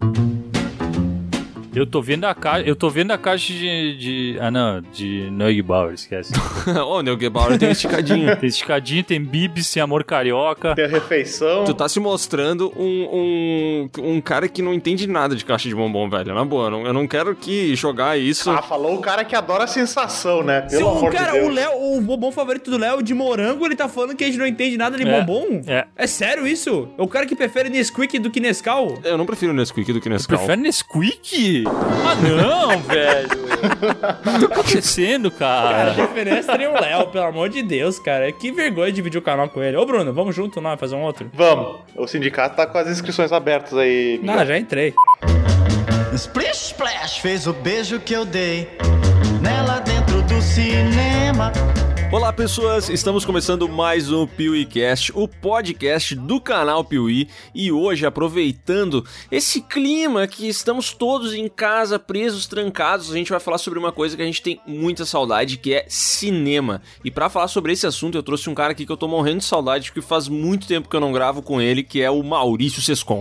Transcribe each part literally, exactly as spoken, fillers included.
Eu tô vendo a caixa, eu tô vendo a caixa de, de ah não, de Neugebauer, esquece. Ô, oh, Neugebauer tem esticadinho. Tem esticadinho, tem bibis, tem amor carioca. Tem a refeição. Tu tá se mostrando um, um, um cara que não entende nada de caixa de bombom, velho. Na boa, eu não, eu não quero que jogar isso... Ah, falou o cara que adora a sensação, né? Pelo Se amor o cara, de Deus. o Léo, o bombom favorito do Léo de morango, ele tá falando que a gente não entende nada de É, bombom? é. É sério isso? É o cara que prefere Nesquik do que Nescau? Eu não prefiro Nesquik do que Nescau. Prefere Nesquik? Ah, não, velho. O que tá acontecendo, Cara, a cara? diferença seria o Léo, pelo amor de Deus, cara. Que vergonha dividir o canal com ele. Ô, Bruno, vamos junto não, fazer um outro? Vamos. O sindicato tá com as inscrições abertas aí. Miguel. Não, já entrei. Splish Splash fez o beijo que eu dei nela dentro do cinema. Olá, pessoas! Estamos começando mais um PeeWeeCast, o podcast do canal Piuí. E hoje, aproveitando esse clima que estamos todos em casa, presos, trancados, a gente vai falar sobre uma coisa que a gente tem muita saudade, que é cinema. E pra falar sobre esse assunto, eu trouxe um cara aqui que eu tô morrendo de saudade, porque faz muito tempo que eu não gravo com ele, que é o Maurício Sescon.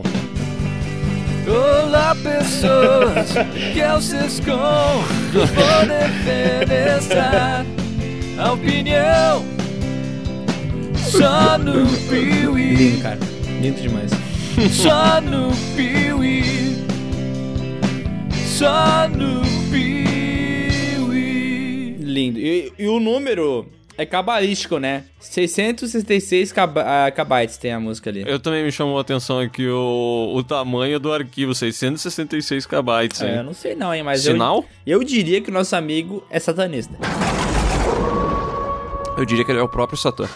Olá, pessoas, que é o Sescon. Vou defeneçar a opinião só no Piuí. Lindo, cara. Lindo demais. Só no Piuí. Só no Piuí. Lindo. E, e o número é cabalístico, né? seiscentos e sessenta e seis kb- ah, kbytes tem a música ali. Eu também me chamou a atenção aqui o, o tamanho do arquivo, seiscentos e sessenta e seis kbytes, hein? É, eu não sei não, hein, mas Sinal? Eu, eu diria que o nosso amigo é satanista. Eu diria que ele é o próprio Satã.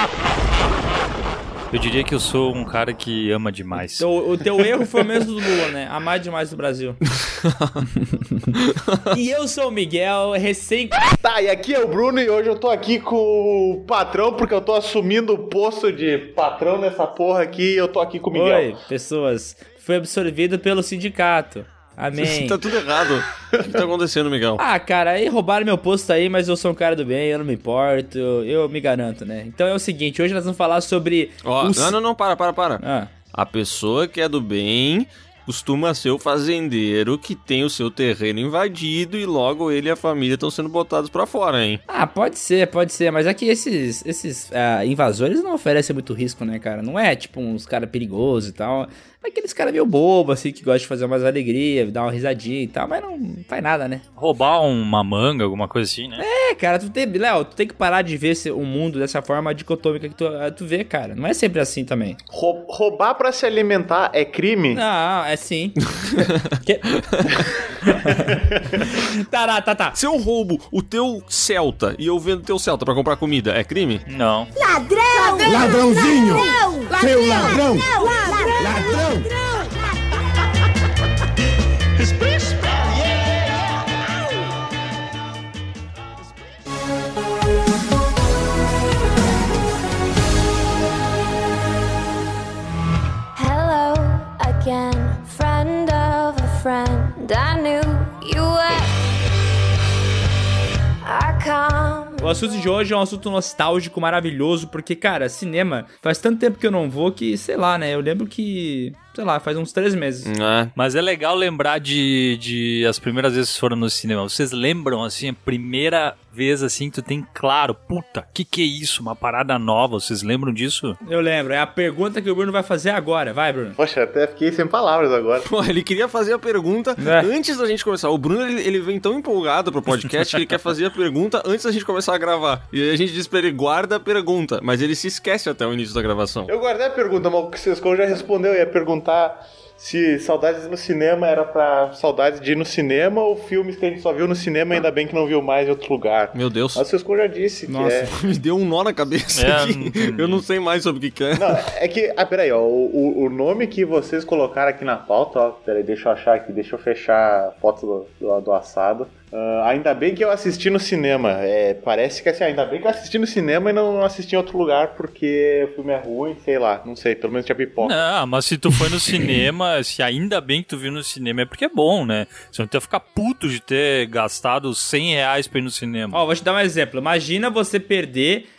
Eu diria que eu sou um cara que ama demais. Então, o teu erro foi o mesmo do Lula, né? Amar demais o Brasil. E eu sou o Miguel, recém... Tá, e aqui é o Bruno e hoje eu tô aqui com o patrão, porque eu tô assumindo o posto de patrão nessa porra aqui e eu tô aqui com o Miguel. Oi, pessoas. Foi absorvido pelo sindicato. Amém. Tá tudo errado. O que tá acontecendo, Miguel? Ah, cara, aí roubaram meu posto aí, mas eu sou um cara do bem, eu não me importo, eu me garanto, né? Então é o seguinte, hoje nós vamos falar sobre... Ó, os- não, não, não, para, para, para. Ah, A pessoa que é do bem costuma ser o fazendeiro que tem o seu terreno invadido e logo ele e a família estão sendo botados pra fora, hein? ah, pode ser, pode ser, mas é que esses, esses ah, invasores não oferecem muito risco, né, cara? Não é tipo uns caras perigosos e tal. É aqueles caras meio bobos, assim, que gostam de fazer umas alegrias, dar uma risadinha e tal, mas não faz nada, né? Roubar uma manga, alguma coisa assim, né? É, cara, tu tem, Léo, tu tem que parar de ver esse- o mundo dessa forma dicotômica que tu, tu vê, cara. Não é sempre assim também. Rou- roubar pra se alimentar é crime? Não, é sim. Que- tá, tá, tá, tá. Se eu roubo o teu Celta e eu vendo teu Celta pra comprar comida, é crime? Não. Ladrão! Ladrãozinho! Ladrão! Seu ladrão! Ladrão! Ladrão! Hello again, friend of a friend. I knew you were. I come. O assunto de hoje é um assunto nostálgico, maravilhoso, porque, cara, cinema, faz tanto tempo que eu não vou que, sei lá, né? Eu lembro que, sei lá, faz uns três meses. É. Mas é legal lembrar de, de as primeiras vezes que foram no cinema. Vocês lembram, assim, a primeira vez, assim, que tu tem claro, puta, que que é isso? Uma parada nova, vocês lembram disso? Eu lembro, é a pergunta que o Bruno vai fazer agora. Vai, Bruno. Poxa, até fiquei sem palavras agora. Pô, ele queria fazer a pergunta É. antes da gente começar. O Bruno, ele, ele vem tão empolgado pro podcast que ele quer fazer a pergunta antes da gente começar a gravar. E aí a gente diz pra ele, guarda a pergunta, mas ele se esquece até o início da gravação. Eu guardei a pergunta, mas o Sescon já respondeu. Eu ia perguntar se saudades no cinema era pra saudades de ir no cinema ou filmes que a gente só viu no cinema e ainda bem que não viu mais em outro lugar. Meu Deus. Mas o Sescon já disse que Nossa. é... Me deu um nó na cabeça É, aqui. hum. Eu não sei mais sobre o que que é. Não, é que... Ah, peraí, ó. O, o- o nome que vocês colocaram aqui na pauta, ó. Peraí, deixa eu achar aqui. Deixa eu fechar a foto do, do, do assado. Ah, ainda bem que eu assisti no cinema. É, parece que assim, ainda bem que eu assisti no cinema e não assisti em outro lugar porque o filme é ruim, sei lá, não sei, pelo menos tinha pipoca. Não, mas se tu foi no cinema, se ainda bem que tu viu no cinema, é porque é bom, né? Você não tem que ficar puto de ter gastado cem reais pra ir no cinema. Ó, vou te dar um exemplo. Imagina você perder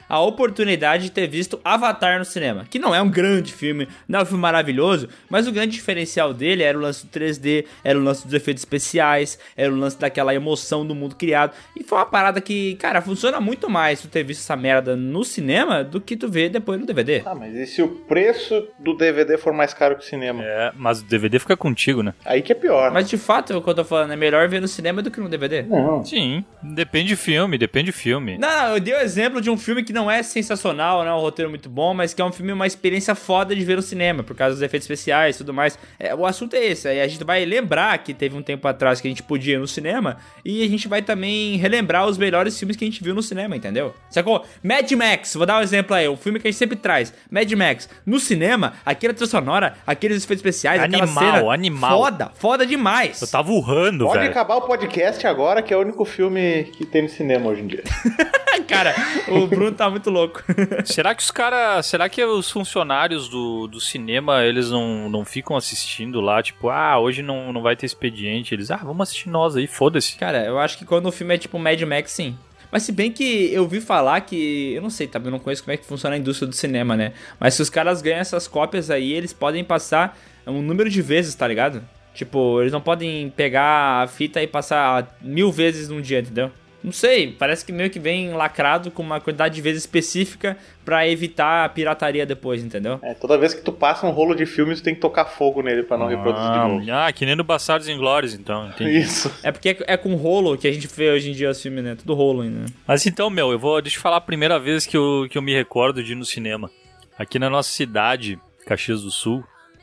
a oportunidade de ter visto Avatar no cinema, que não é um grande filme, não é um filme maravilhoso, mas o grande diferencial dele era o lance do três D, era o lance dos efeitos especiais, era o lance daquela emoção do mundo criado, e foi uma parada que, cara, funciona muito mais tu ter visto essa merda no cinema do que tu ver depois no D V D. Ah, mas e se o preço do D V D for mais caro que o cinema? É, mas o D V D fica contigo, né? Aí que é pior. Mas de fato, é o que eu tô falando, é melhor ver no cinema do que no D V D. Não. Sim, depende de filme, depende de filme. Não, não, eu dei o exemplo de um filme que não é sensacional, não é um roteiro muito bom, mas que é um filme, uma experiência foda de ver no cinema, por causa dos efeitos especiais e tudo mais. É, o assunto é esse, aí a gente vai lembrar que teve um tempo atrás que a gente podia ir no cinema, e a gente vai também relembrar os melhores filmes que a gente viu no cinema, entendeu? Sacou? Mad Max, vou dar um exemplo aí, o filme que a gente sempre traz. Mad Max, no cinema, aquela trilha sonora, aqueles efeitos especiais, Animal, aquela cena... animal. Foda, foda demais. Eu tava urrando, Pode velho. acabar o podcast agora, que é o único filme que tem no cinema hoje em dia. Cara, o Bruno tá muito louco. Será que os caras... Será que os funcionários do, do cinema, eles não, não ficam assistindo lá, tipo, ah, hoje não, não vai ter expediente. Eles, ah, vamos assistir nós aí, foda-se. Cara, eu acho que quando o filme é tipo Mad Max, sim. Mas se bem que eu vi falar que... Eu não sei, tá? Eu não conheço como é que funciona a indústria do cinema, né? Mas se os caras ganham essas cópias aí, eles podem passar um número de vezes, tá ligado? Tipo, eles não podem pegar a fita e passar mil vezes num dia, entendeu? Não sei, parece que meio que vem lacrado com uma quantidade de vezes específica pra evitar a pirataria depois, entendeu? É, toda vez que tu passa um rolo de filme, tu tem que tocar fogo nele pra não reproduzir de novo. Ah, que nem no Bastardos Inglórios, então. Entendi. Isso. É porque é, é com rolo que a gente vê hoje em dia os filmes, né? Tudo rolo ainda, né? Mas então, meu, eu vou... Deixa eu falar a primeira vez que eu, que eu me recordo de ir no cinema. Aqui na nossa cidade, Caxias do Sul,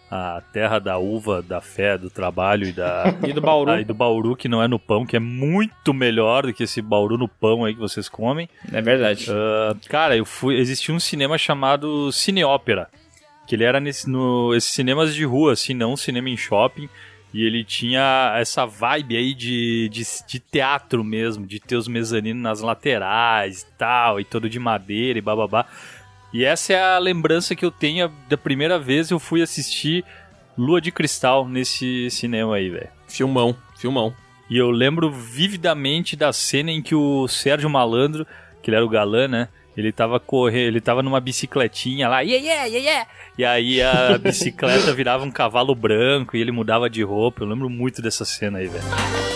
a terra da uva, da fé, do trabalho e da... E do Bauru. Ah, e do Bauru, que não é no pão, que é muito melhor do que esse Bauru no pão aí que vocês comem. É verdade. Uh, cara, eu fui... Existia um cinema chamado Cine Ópera, que ele era nesse, no, esses cinemas de rua, assim, não um cinema em shopping, e ele tinha essa vibe aí de, de, de teatro mesmo, de ter os mezaninos nas laterais e tal, e todo de madeira e bababá. E essa é a lembrança que eu tenho da primeira vez eu fui assistir Lua de Cristal nesse cinema aí, velho. Filmão, filmão. E eu lembro vividamente da cena em que o Sérgio Malandro, que ele era o galã, né? Ele tava correndo, ele tava numa bicicletinha lá, yeah, yeah, yeah, yeah. E aí a bicicleta virava um cavalo branco e ele mudava de roupa. Eu lembro muito dessa cena aí, velho.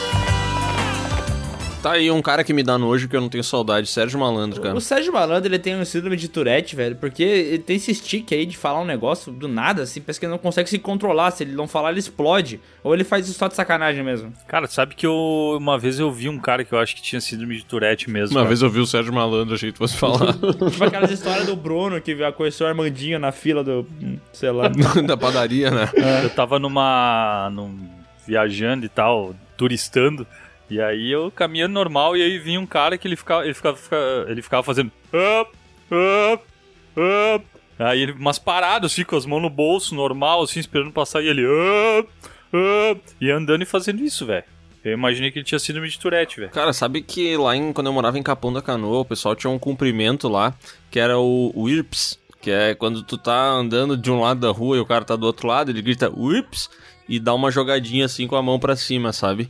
Tá aí um cara que me dá nojo que eu não tenho saudade, Sérgio Malandro, cara. O Sérgio Malandro, ele tem um síndrome de Tourette, velho, porque ele tem esse stick aí de falar um negócio do nada, assim, parece que ele não consegue se controlar. Se ele não falar, ele explode. Ou ele faz isso só de sacanagem mesmo. Cara, sabe que eu uma vez eu vi um cara que eu acho que tinha síndrome de Tourette mesmo. Uma cara. vez eu vi o Sérgio Malandro, achei que tu fosse falar. Tipo aquelas histórias do Bruno, que conheceu o Armandinho na fila do, sei lá. Da padaria, né? Eu tava numa... Num, viajando e tal, turistando. E aí eu caminhando normal e aí vinha um cara que ele ficava, ele ficava, ele ficava fazendo up, up, up. Aí ele, umas paradas assim, com as mãos no bolso, normal, assim, esperando passar, e ele up, up, e andando e fazendo isso, velho. Eu imaginei que ele tinha síndrome de Tourette, velho. Cara, sabe que lá em, quando eu morava em Capão da Canoa, o pessoal tinha um cumprimento lá, que era o, o I R P S, que é quando tu tá andando de um lado da rua e o cara tá do outro lado, ele grita I R P S e dá uma jogadinha assim com a mão pra cima, sabe?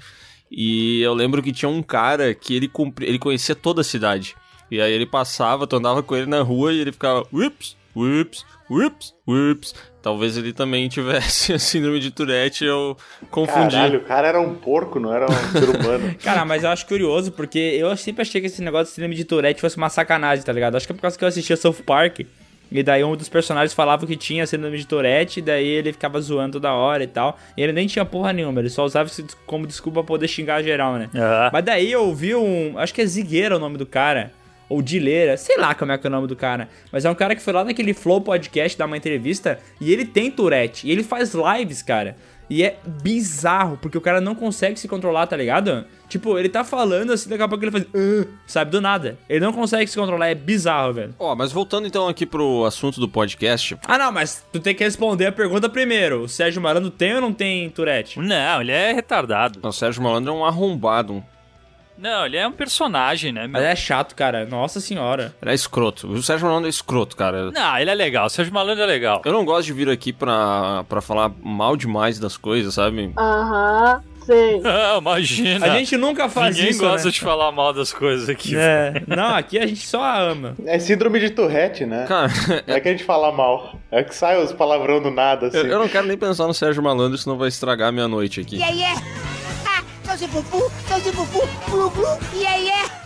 E eu lembro que tinha um cara que ele, cumpri... ele conhecia toda a cidade. E aí ele passava, tu andava com ele na rua e ele ficava Whips, whips, whips, whips. Talvez ele também tivesse a síndrome de Tourette, eu confundi. Caralho, o cara era um porco, não era um ser humano. Cara, mas eu acho curioso, porque eu sempre achei que esse negócio de síndrome de Tourette fosse uma sacanagem, tá ligado? Acho que é por causa que eu assistia South Park. E daí um dos personagens falava que tinha síndrome de Tourette, e daí ele ficava zoando toda hora e tal. E ele nem tinha porra nenhuma, ele só usava isso como desculpa pra poder xingar geral, né? Uhum. Mas daí eu ouvi um... Acho que é Zigueira o nome do cara. Ou Dileira, sei lá como é que é o nome do cara. Mas é um cara que foi lá naquele Flow Podcast dar uma entrevista. E ele tem Tourette. E ele faz lives, cara. E é bizarro, porque o cara não consegue se controlar, tá ligado? Tipo, ele tá falando assim, daqui a pouco ele faz... Uh, sabe, do nada. Ele não consegue se controlar, é bizarro, velho. Ó, oh, mas voltando então aqui pro assunto do podcast... Ah, não, mas tu tem que responder a pergunta primeiro. O Sérgio Malandro tem ou não tem Tourette? Não, ele é retardado. O Sérgio Malandro é um arrombado, um... Não, ele é um personagem, né? Mas é chato, cara. Nossa senhora. Ele é escroto. O Sérgio Malandro é escroto, cara. Não, ele é legal. O Sérgio Malandro é legal. Eu não gosto de vir aqui pra, pra falar mal demais das coisas, sabe? Aham, vocês. Imagina. A gente nunca faz Ninguém isso, gosta né? de falar mal das coisas aqui. É. Não, aqui a gente só ama. É síndrome de Tourette, né? Cara, Não é que a gente fala mal. É que sai os palavrão do nada, assim. eu, eu não quero nem pensar no Sérgio Malandro, senão vai estragar a minha noite aqui. Yeah, yeah. Ah, não se fufu, não se fufu, glu, glu, yeah, yeah.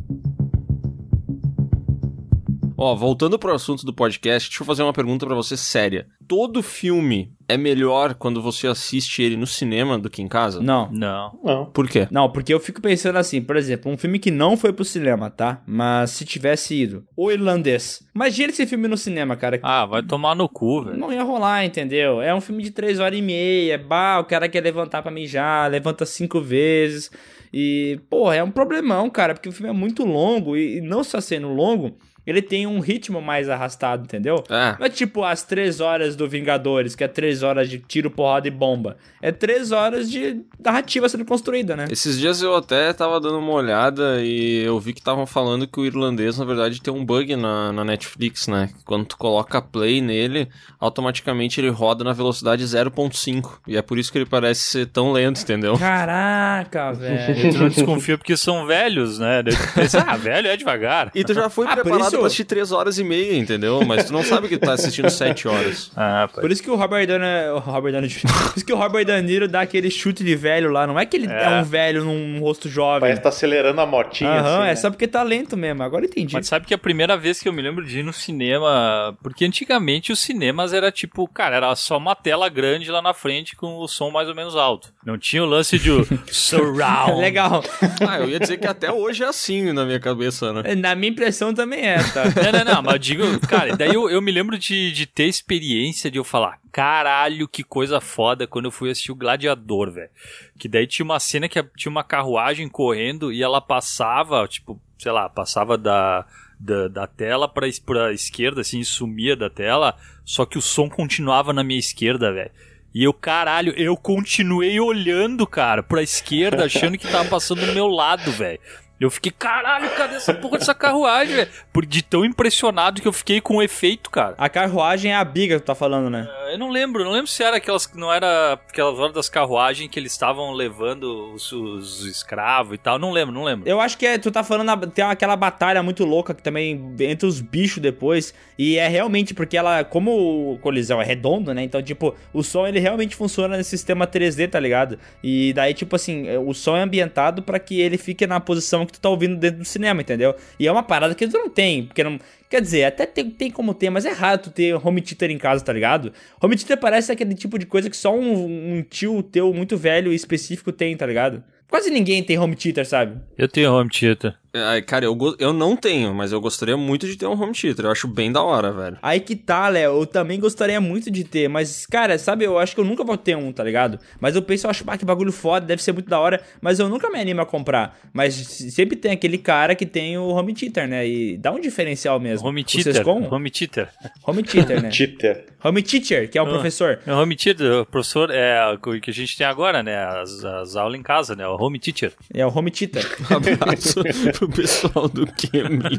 Ó, voltando pro assunto do podcast, deixa eu fazer uma pergunta pra você séria. Todo filme é melhor quando você assiste ele no cinema do que em casa? Não. Não. Não. Por quê? Não, porque eu fico pensando assim, por exemplo, um filme que não foi pro cinema, tá? Mas se tivesse ido, O Irlandês. Imagina esse filme no cinema, cara. Ah, vai tomar no cu, velho. Não ia rolar, entendeu? É um filme de três horas e meia, bah, o cara quer levantar pra mijar, levanta cinco vezes. E, porra, é um problemão, cara, porque o filme é muito longo e, e não só sendo longo, ele tem um ritmo mais arrastado, entendeu? É. Não é tipo as três horas do Vingadores, que é três horas de tiro, porrada e bomba. É três horas de narrativa sendo construída, né? Esses dias eu até tava dando uma olhada e eu vi que estavam falando que o Irlandês, na verdade, tem um bug na, na Netflix, né? Quando tu coloca play nele, automaticamente ele roda na velocidade zero ponto cinco. E é por isso que ele parece ser tão lento, entendeu? Caraca, velho. Tu não desconfia porque são velhos, né? Daí tu pensa, ah, velho é devagar. E tu já foi Ah, por preparado isso- pra assistir três horas e meia, entendeu? Mas tu não sabe que tu tá assistindo sete horas. Ah, pai. Por isso que o Robert Downey... O Robert Downey... Por isso que o Robert De Niro dá aquele chute de velho lá. Não é que ele é, É. um velho num rosto jovem. Parece que tá acelerando a motinha, Aham, assim, é né? só porque tá lento mesmo. Agora eu entendi. Mas sabe que a primeira vez que eu me lembro de ir no cinema... Porque antigamente os cinemas era tipo... Cara, era só uma tela grande lá na frente com o som mais ou menos alto. Não tinha o lance de surround. Legal. Ah, eu ia dizer que até hoje é assim na minha cabeça, né? Na minha impressção também é, tá? Não, não, não, mas eu digo, cara, daí eu, eu me lembro de, de ter experiência de eu falar, caralho, que coisa foda quando eu fui assistir o Gladiador, velho. Que daí tinha uma cena que tinha uma carruagem correndo e ela passava, tipo, sei lá, passava da, da, da tela pra, pra esquerda, assim, sumia da tela, só que o som continuava na minha esquerda, velho. E eu, caralho, eu continuei olhando, cara, pra esquerda, achando que tava passando do meu lado, velho. Eu fiquei, caralho, cadê essa porra dessa carruagem, velho? Por de tão impressionado que eu fiquei com o efeito, cara. A carruagem é a biga que tu tá falando, né? Eu não lembro, não lembro se era aquelas, não era aquelas horas das carruagens que eles estavam levando os, os escravos e tal. Não lembro, não lembro. Eu acho que é, tu tá falando, na- tem aquela batalha muito louca que também entre os bichos depois. E é realmente porque ela, como o Coliseu é redondo, né? Então, tipo, o som ele realmente funciona nesse sistema três D, tá ligado? E daí, tipo assim, o som é ambientado pra que ele fique na posição que tu tá ouvindo dentro do cinema, entendeu? E é uma parada que tu não tem, porque não... Quer dizer, até tem, tem como ter, mas é raro tu ter home theater em casa, tá ligado? Home theater parece aquele tipo de coisa que só um, um tio teu muito velho e específico tem, tá ligado? Quase ninguém tem home theater, sabe? Eu tenho home theater. Ai, cara, eu, go- eu não tenho, mas eu gostaria muito de ter um home theater. Eu acho bem da hora, velho. Aí que tá, Léo, eu também gostaria muito de ter, mas, cara, sabe, eu acho que eu nunca vou ter um, tá ligado? Mas eu penso, eu acho, ah, que bagulho foda, deve ser muito da hora, mas eu nunca me animo a comprar. Mas sempre tem aquele cara que tem o home theater, né? E dá um diferencial mesmo. Home O theater. Sescom? Home theater. Home theater, né? Titer. Home teacher, que é um Ah. professor. O home theater, o professor, é o que a gente tem agora, né? As, as aulas em casa, né? O home teacher. É o home theater. Abraço pro pessoal do Cambly.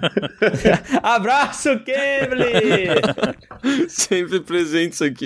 Abraço, Cambly! Sempre presentes aqui.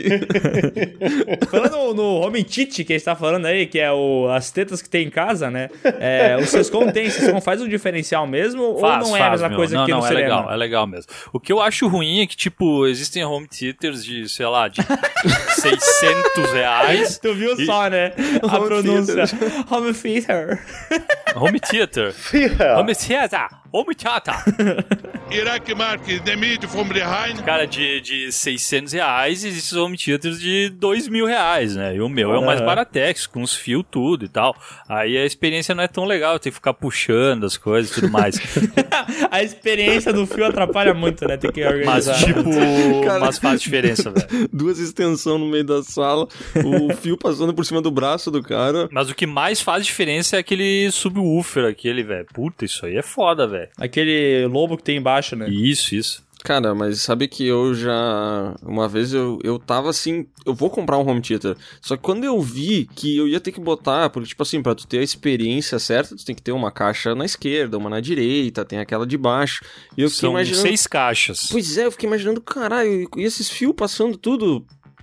Falando no home teach que a gente tá falando aí, que é o, as tetas que tem em casa, né? É, o Sescom tem, o Sescom faz um diferencial mesmo Faz, ou não é a faz, mesma meu. coisa não, que não, no é cinema? legal, é legal mesmo. O que eu acho ruim é que, tipo, existem home theaters de, sei lá, de seiscentos reais. Tu viu E- só, né? A Home pronúncia. Home theater. Home theater. Fia. Home theater. Home theater. Iraq Marques, Demid from behind. Cara, de, de seiscentos reais, existem home theaters de dois mil reais, né? E o meu é o mais Aham. baratex, com os fios tudo e tal. Aí a experiência não é tão legal, tem que ficar puxando as coisas e tudo mais. A experiência do fio atrapalha muito, né? Tem que Mas, organizar. tipo, Cara. mas faz diferença, velho. Duas extensões no meio da sala, o fio passando por cima do braço do cara. Mas o que mais faz diferença é aquele subwoofer, aquele, velho. Puta, isso aí é foda, velho. Aquele lobo que tem embaixo, né? Isso, isso. Cara, mas sabe que eu já... Uma vez eu, eu tava assim... Eu vou comprar um home theater. Só que quando eu vi que eu ia ter que botar... Porque, tipo assim, pra tu ter a experiência certa, tu tem que ter uma caixa na esquerda, uma na direita, tem aquela de baixo. E eu fiquei São imaginando... seis caixas. Pois é, eu fiquei imaginando, caralho, e esses fios passando tudo...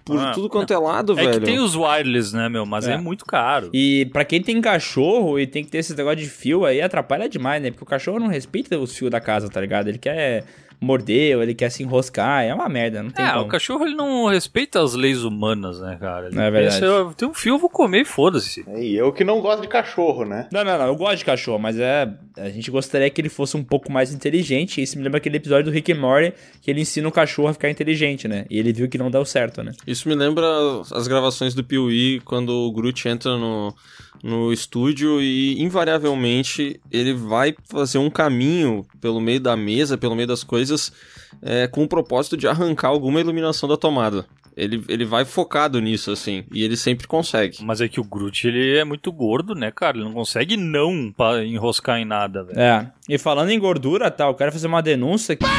por Ah, tudo quanto é lado, é velho. que tem os wireless, né, meu? Mas é, É. muito caro. E pra quem tem cachorro e tem que ter esse negócio de fio aí, atrapalha demais, né? Porque o cachorro não respeita os fios da casa, tá ligado? Ele quer morder, ou ele quer se enroscar, é uma merda, não tem É, como. o cachorro ele não respeita as leis humanas, né, cara? Ele É verdade. pensa, eu tenho um fio, eu vou comer e foda-se. É, e eu que não gosto de cachorro, né? Não, não, não, eu gosto de cachorro, mas é. A gente gostaria que ele fosse um pouco mais inteligente. E isso me lembra aquele episódio do Rick and Morty que ele ensina o cachorro a ficar inteligente, né? E ele viu que não deu certo, né? Isso me lembra as gravações do Pee-wee, quando o Groot entra no, no estúdio e, invariavelmente, ele vai fazer um caminho pelo meio da mesa, pelo meio das coisas, é, com o propósito de arrancar alguma iluminação da tomada. Ele, ele vai focado nisso, assim, e ele sempre consegue. Mas é que o Groot, ele é muito gordo, né, cara? Ele não consegue não pra enroscar em nada, velho. É. E falando em gordura, tá, eu quero fazer uma denúncia que...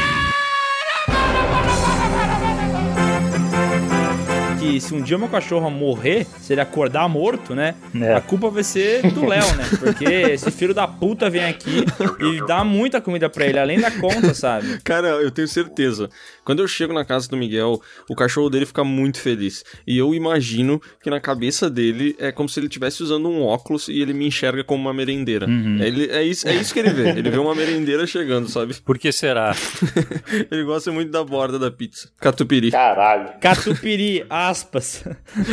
que se um dia o meu cachorro morrer, se ele acordar morto, né, É. a culpa vai ser do Léo, né, porque esse filho da puta vem aqui e dá muita comida pra ele, além da conta, sabe? Cara, eu tenho certeza. Quando eu chego na casa do Miguel, o cachorro dele fica muito feliz. E eu imagino que na cabeça dele é como se ele estivesse usando um óculos e ele me enxerga como uma merendeira. Uhum. Ele, é, isso, é isso que ele vê. Ele vê uma merendeira chegando, sabe? Por que será? Ele gosta muito da borda da pizza. Catupiry. Caralho. Catupiry, aspas.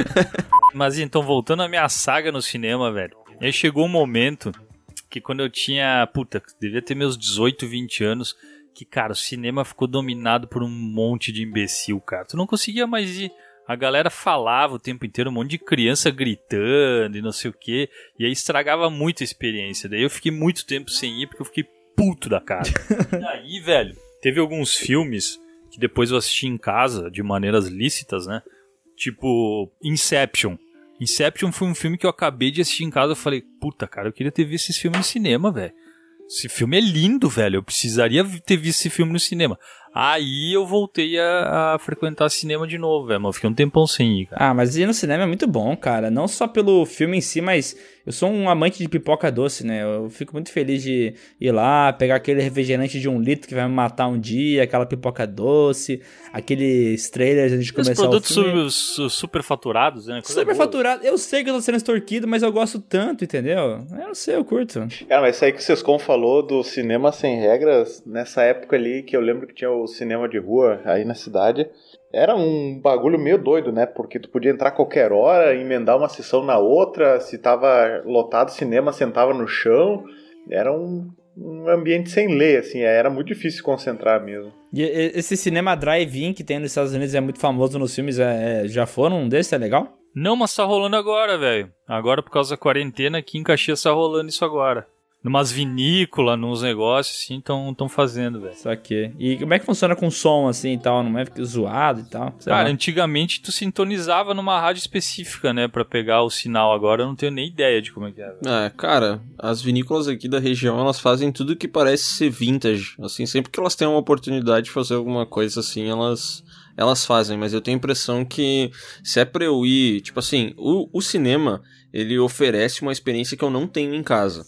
Mas então, voltando à minha saga no cinema, velho. Aí chegou um momento que quando eu tinha, puta, devia ter meus dezoito, vinte anos, que, cara, o cinema ficou dominado por um monte de imbecil, cara. Tu não conseguia mais ir. A galera falava o tempo inteiro, um monte de criança gritando e não sei o quê. E aí estragava muito a experiência. Daí eu fiquei muito tempo sem ir porque eu fiquei puto da cara. E aí, velho, teve alguns filmes que depois eu assisti em casa de maneiras lícitas, né? Tipo, Inception. Inception foi um filme que eu acabei de assistir em casa. Eu falei, puta, cara, eu queria ter visto esse filme no cinema, velho. Esse filme é lindo, velho. Eu precisaria ter visto esse filme no cinema. Aí eu voltei a, a frequentar cinema de novo, velho. Mas eu fiquei um tempão sem ir, cara. Ah, mas ir no cinema é muito bom, cara. Não só pelo filme em si, mas eu sou um amante de pipoca doce, né? Eu fico muito feliz de ir lá, pegar aquele refrigerante de um litro que vai me matar um dia, aquela pipoca doce, aqueles trailers antes de Os começar o produtos filme. su- su- super faturados, né? Coisa Super boa. faturado. Eu sei que eu tô sendo extorquido, mas eu gosto tanto, entendeu? Eu não sei, eu curto. Cara, mas isso aí que o Sescon falou do cinema sem regras, nessa época ali que eu lembro que tinha o cinema de rua aí na cidade, era um bagulho meio doido, né? Porque tu podia entrar a qualquer hora, emendar uma sessão na outra, se tava lotado o cinema, sentava no chão, era um, um ambiente sem lei, assim, era muito difícil se concentrar mesmo. E e- esse cinema drive-in que tem nos Estados Unidos é muito famoso nos filmes, é, é- já foram um desses, é legal? Não, mas tá rolando agora, velho. Agora, por causa da quarentena, aqui em Caxias tá rolando isso agora. Numas vinícolas, nos negócios, assim, tão fazendo, velho. Só que... E como é que funciona com som, assim, e tal? Não é zoado e tal? Sei Cara, lá. antigamente tu sintonizava numa rádio específica, né, pra pegar o sinal. Agora eu não tenho nem ideia de como é que é, velho. É, cara, as vinícolas aqui da região, elas fazem tudo que parece ser vintage. Assim, sempre que elas têm uma oportunidade de fazer alguma coisa assim, elas... Elas fazem, mas eu tenho a impressão que se é pra eu ir... Tipo assim, o, o cinema, ele oferece uma experiência que eu não tenho em casa.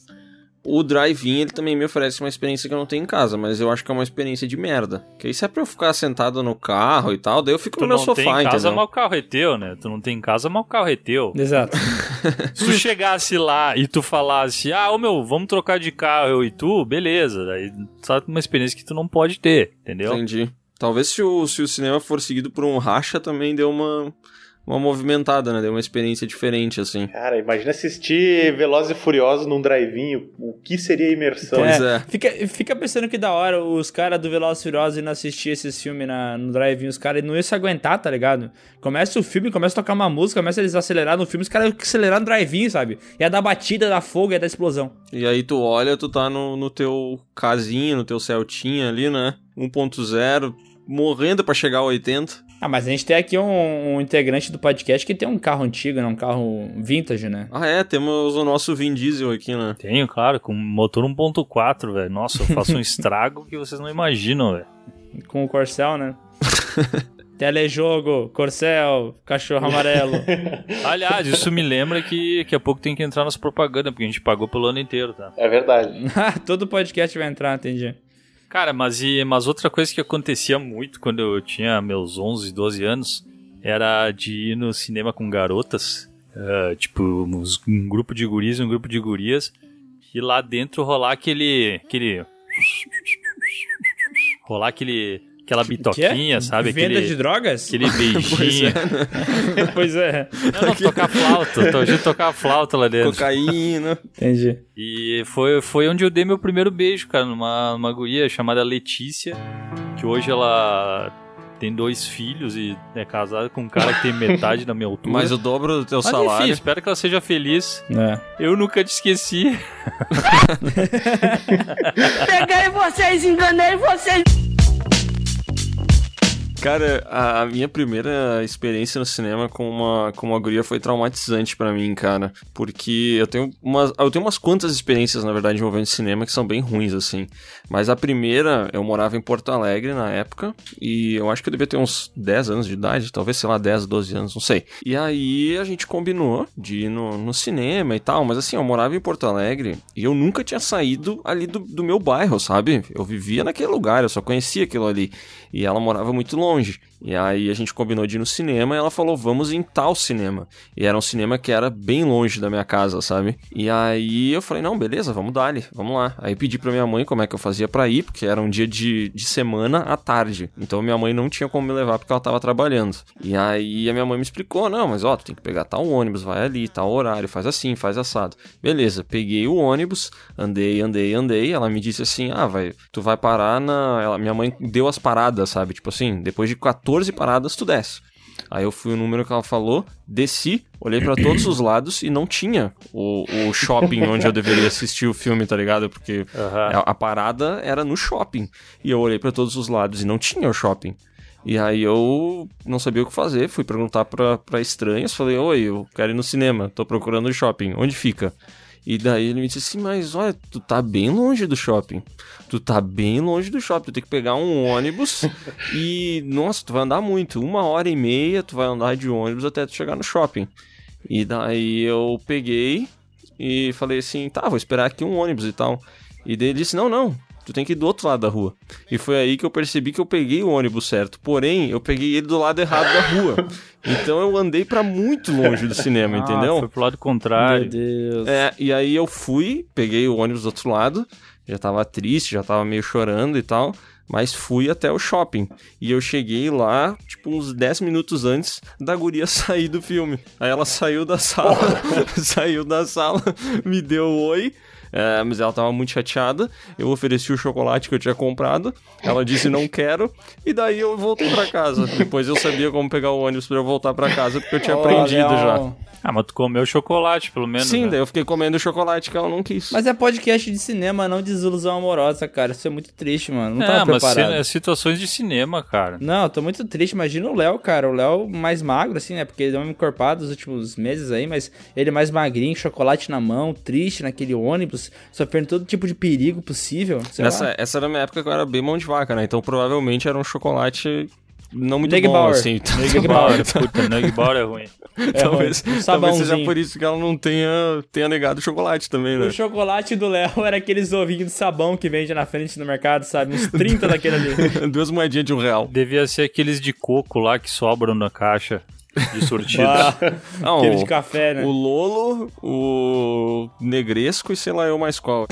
O drive-in, ele também me oferece uma experiência que eu não tenho em casa, mas eu acho que é uma experiência de merda. Que aí se é pra eu ficar sentado no carro e tal, daí eu fico Tu no meu não sofá, tem em casa, entendeu? mas o carro é teu, né? Tu não tem em casa, mas o carro é teu. Exato. Se tu chegasse lá e tu falasse, ah, ô meu, vamos trocar de carro, eu e tu, beleza. Aí sabe uma experiência que tu não pode ter, entendeu? Entendi. Talvez se o, se o cinema for seguido por um racha, também deu uma, uma movimentada, né? Deu uma experiência diferente, assim. Cara, imagina assistir Velozes e Furiosos num drive-in, o, o que seria imersão? Pois é. Fica, fica pensando que da hora os caras do Velozes e Furiosos indo assistir esses filmes na, no drive-in, os caras não iam se aguentar, tá ligado? Começa o filme, começa a tocar uma música, começa eles a acelerar no filme, os caras iam acelerar no drive-in, sabe? Ia dar batida, dar fogo, ia dar explosão. E aí tu olha, tu tá no, no teu casinho, no teu Celtinha ali, né? um ponto zero, morrendo pra chegar a oitenta. Ah, mas a gente tem aqui um, um integrante do podcast que tem um carro antigo, né? Um carro vintage, né? Ah é, temos o nosso Vin Diesel aqui, né? Tenho, claro, com motor um ponto quatro, velho. Nossa, eu faço um estrago que vocês não imaginam, velho. Com o Corcel, né? Telejogo, Corcel, cachorro amarelo. Aliás, isso me lembra que daqui a pouco tem que entrar nas propagandas, porque a gente pagou pelo ano inteiro, tá? É verdade. Todo podcast vai entrar, entendi. Cara, mas, e, mas outra coisa que acontecia muito quando eu tinha meus onze, doze anos era de ir no cinema com garotas, uh, tipo, uns, um grupo de guris e um grupo de gurias, e lá dentro rolar aquele... aquele rolar aquele... aquela bitoquinha, sabe? Venda aquele, de drogas? Aquele beijinho. Pois é. Não, não, tocar flauta. Tô, a gente tocar flauta lá dentro. Cocaína. Entendi. E foi, foi onde eu dei meu primeiro beijo, cara, numa, numa guria chamada Letícia, que hoje ela tem dois filhos e é casada com um cara que tem metade da minha altura. Mas o dobro do teu Mas, salário. enfim, espero que ela seja feliz. É. Eu nunca te esqueci. Peguei vocês, enganei vocês. Cara, a minha primeira experiência no cinema com uma, com uma guria foi traumatizante pra mim, cara. Porque eu tenho umas, eu tenho umas quantas experiências, na verdade, envolvendo cinema que são bem ruins, assim. Mas a primeira, eu morava em Porto Alegre na época, e eu acho que eu devia ter uns dez anos de idade, talvez, sei lá, dez, doze anos, não sei. E aí a gente combinou de ir no, no cinema e tal, mas assim, eu morava em Porto Alegre e eu nunca tinha saído ali do, do meu bairro, sabe? Eu vivia naquele lugar, eu só conhecia aquilo ali. E ela morava muito longe. E aí a gente combinou de ir no cinema e ela falou, vamos em tal cinema. E era um cinema que era bem longe da minha casa, sabe? E aí eu falei, não, beleza, vamos dar-lhe, vamos lá. Aí pedi pra minha mãe como é que eu fazia pra ir, porque era um dia de, de semana à tarde. Então minha mãe não tinha como me levar porque ela tava trabalhando. E aí a minha mãe me explicou, não, mas ó, tu tem que pegar tal ônibus, vai ali, tal horário, faz assim, faz assado. Beleza, peguei o ônibus, andei, andei, andei. Ela me disse assim, ah, vai, tu vai parar na... Ela, minha mãe deu as paradas, sabe? Tipo assim, depois de quatorze paradas, tu desce. Aí eu fui o número que ela falou, desci, olhei pra todos os lados e não tinha o, o shopping onde eu deveria assistir o filme, tá ligado? Porque Uhum. a, a parada era no shopping. E eu olhei pra todos os lados e não tinha o shopping. E aí eu não sabia o que fazer, fui perguntar pra, pra estranhos, falei, oi, eu quero ir no cinema, tô procurando o shopping, onde fica? E daí ele me disse assim, mas olha, tu tá bem longe do shopping. Tu tá bem longe do shopping, tu tem que pegar um ônibus e, nossa, tu vai andar muito. Uma hora e meia tu vai andar de ônibus até tu chegar no shopping. E daí eu peguei e falei assim, tá, vou esperar aqui um ônibus e tal. E daí ele disse, não, não, tu tem que ir do outro lado da rua. E foi aí que eu percebi que eu peguei o ônibus certo. Porém, eu peguei ele do lado errado da rua. Então eu andei pra muito longe do cinema, Ah, entendeu? foi pro lado contrário. Meu Deus. É, e aí eu fui, peguei o ônibus do outro lado, já tava triste, já tava meio chorando e tal, mas fui até o shopping. E eu cheguei lá, tipo, uns dez minutos antes da guria sair do filme. Aí ela saiu da sala, saiu da sala, me deu oi. É, mas ela tava muito chateada. Eu ofereci o chocolate que eu tinha comprado. Ela disse não quero. E daí eu voltei pra casa. Depois eu sabia como pegar o ônibus pra eu voltar pra casa, porque eu tinha Oh, aprendido legal. já. Ah, mas tu comeu chocolate, pelo menos, Sim, né? daí eu fiquei comendo o chocolate que ela não quis. Mas é podcast de cinema, não de desilusão amorosa, cara. Isso é muito triste, mano. Não tava É, mas preparado. cena- situações de cinema, cara. Não, eu tô muito triste. Imagina o Léo, cara. O Léo mais magro, assim, né? Porque ele deu uma encorpada nos últimos meses aí, mas ele mais magrinho, chocolate na mão, triste naquele ônibus, sofrendo todo tipo de perigo possível. Sei lá. Essa, essa era a minha época que eu era bem mão de vaca, né? Então provavelmente era um chocolate não muito Neg bom, Bauer. assim. Neg Bauer, puta, Neg Bauer é ruim. talvez, ruim. Um talvez seja sabãozinho. por isso que ela não tenha, tenha negado o chocolate também, né? O chocolate do Léo era aqueles ovinhos de sabão que vende na frente no mercado, sabe? Uns trinta daquele ali. Duas moedinhas de um real. Devia ser aqueles de coco lá que sobram na caixa de sortido. Bah, Não, aquele o- de café, né? O Lolo, o Negresco e sei lá eu mais qual.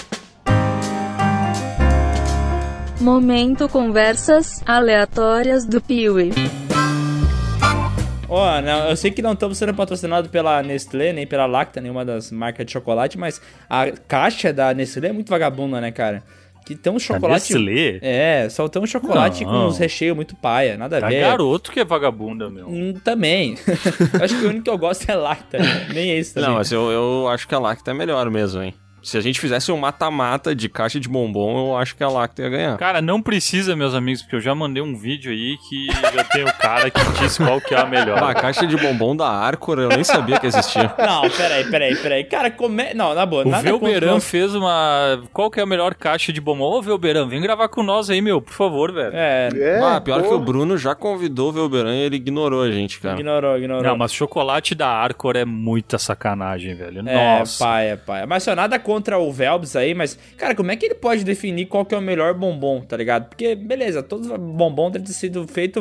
Momento conversas aleatórias do Piuí. Ó, não, eu sei que não estamos sendo patrocinados pela Nestlé, nem pela Lacta, nenhuma das marcas de chocolate, mas a caixa da Nestlé é muito vagabunda, né, cara? Que tem um chocolate... Nestlé? É, só tem um chocolate Não. com uns recheios muito paia, nada a Tá ver. garoto que é vagabunda, meu. Hum, também. Eu acho que o único que eu gosto é Lacta, né? Nem esse também. Não, mas eu, eu acho que a Lacta é melhor mesmo, hein? Se a gente fizesse um mata-mata de caixa de bombom, eu acho que a Lacta ia ganhar. Cara, não precisa, meus amigos, porque eu já mandei um vídeo aí que já tem o cara que disse qual que é a melhor. Ah, a caixa de bombom da Arcor, eu nem sabia que existia. Não, peraí, peraí, peraí. Cara, come... Não, na boa, O nada Velberan contra- fez uma... Qual que é a melhor caixa de bombom? Ô, Velberan, vem gravar com nós aí, meu, por favor, velho. É, É, ah, pior pô. que o Bruno já convidou o Velberan e ele ignorou a gente, cara. ignorou, ignorou. Não, mas chocolate da Arcor é muita sacanagem, velho. É, Nossa. paia, paia. Mas só nada contra o Velbs aí, mas, cara, como é que ele pode definir qual que é o melhor bombom, tá ligado? Porque, beleza, todos os bombom devem ter sido feito